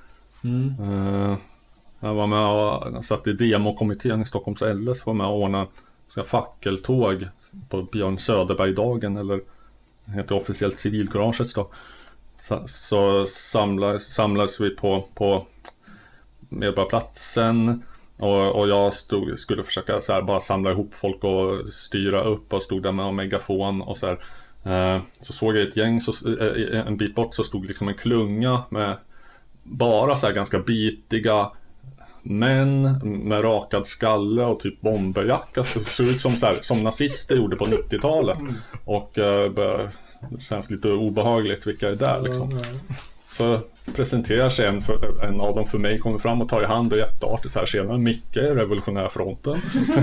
Jag var med och satt i demokommittén i Stockholms LS, var med och ordnade fackeltåg på Björn Söderberg-dagen, eller det heter officiellt civilkuraget då. Så samlades vi på Medborgarplatsen och jag skulle försöka så här, bara samla ihop folk och styra upp, och stod där med en megafon och så här. Så såg jag ett gäng, en bit bort så stod liksom en klunga med bara så här ganska bitiga män med rakad skalle och typ bomberjacka, så såg ut som nazister gjorde på 90-talet. Och det känns lite obehagligt, vilka är där liksom. Så presenterar sig en av dem för mig, kommer fram och tar i hand och jätteartigt så här: senare Micke, Revolutionär fronten.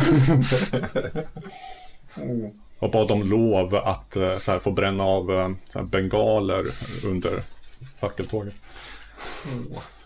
Och bad dem lov att så här, få bränna av så här, bengaler under fackeltåget.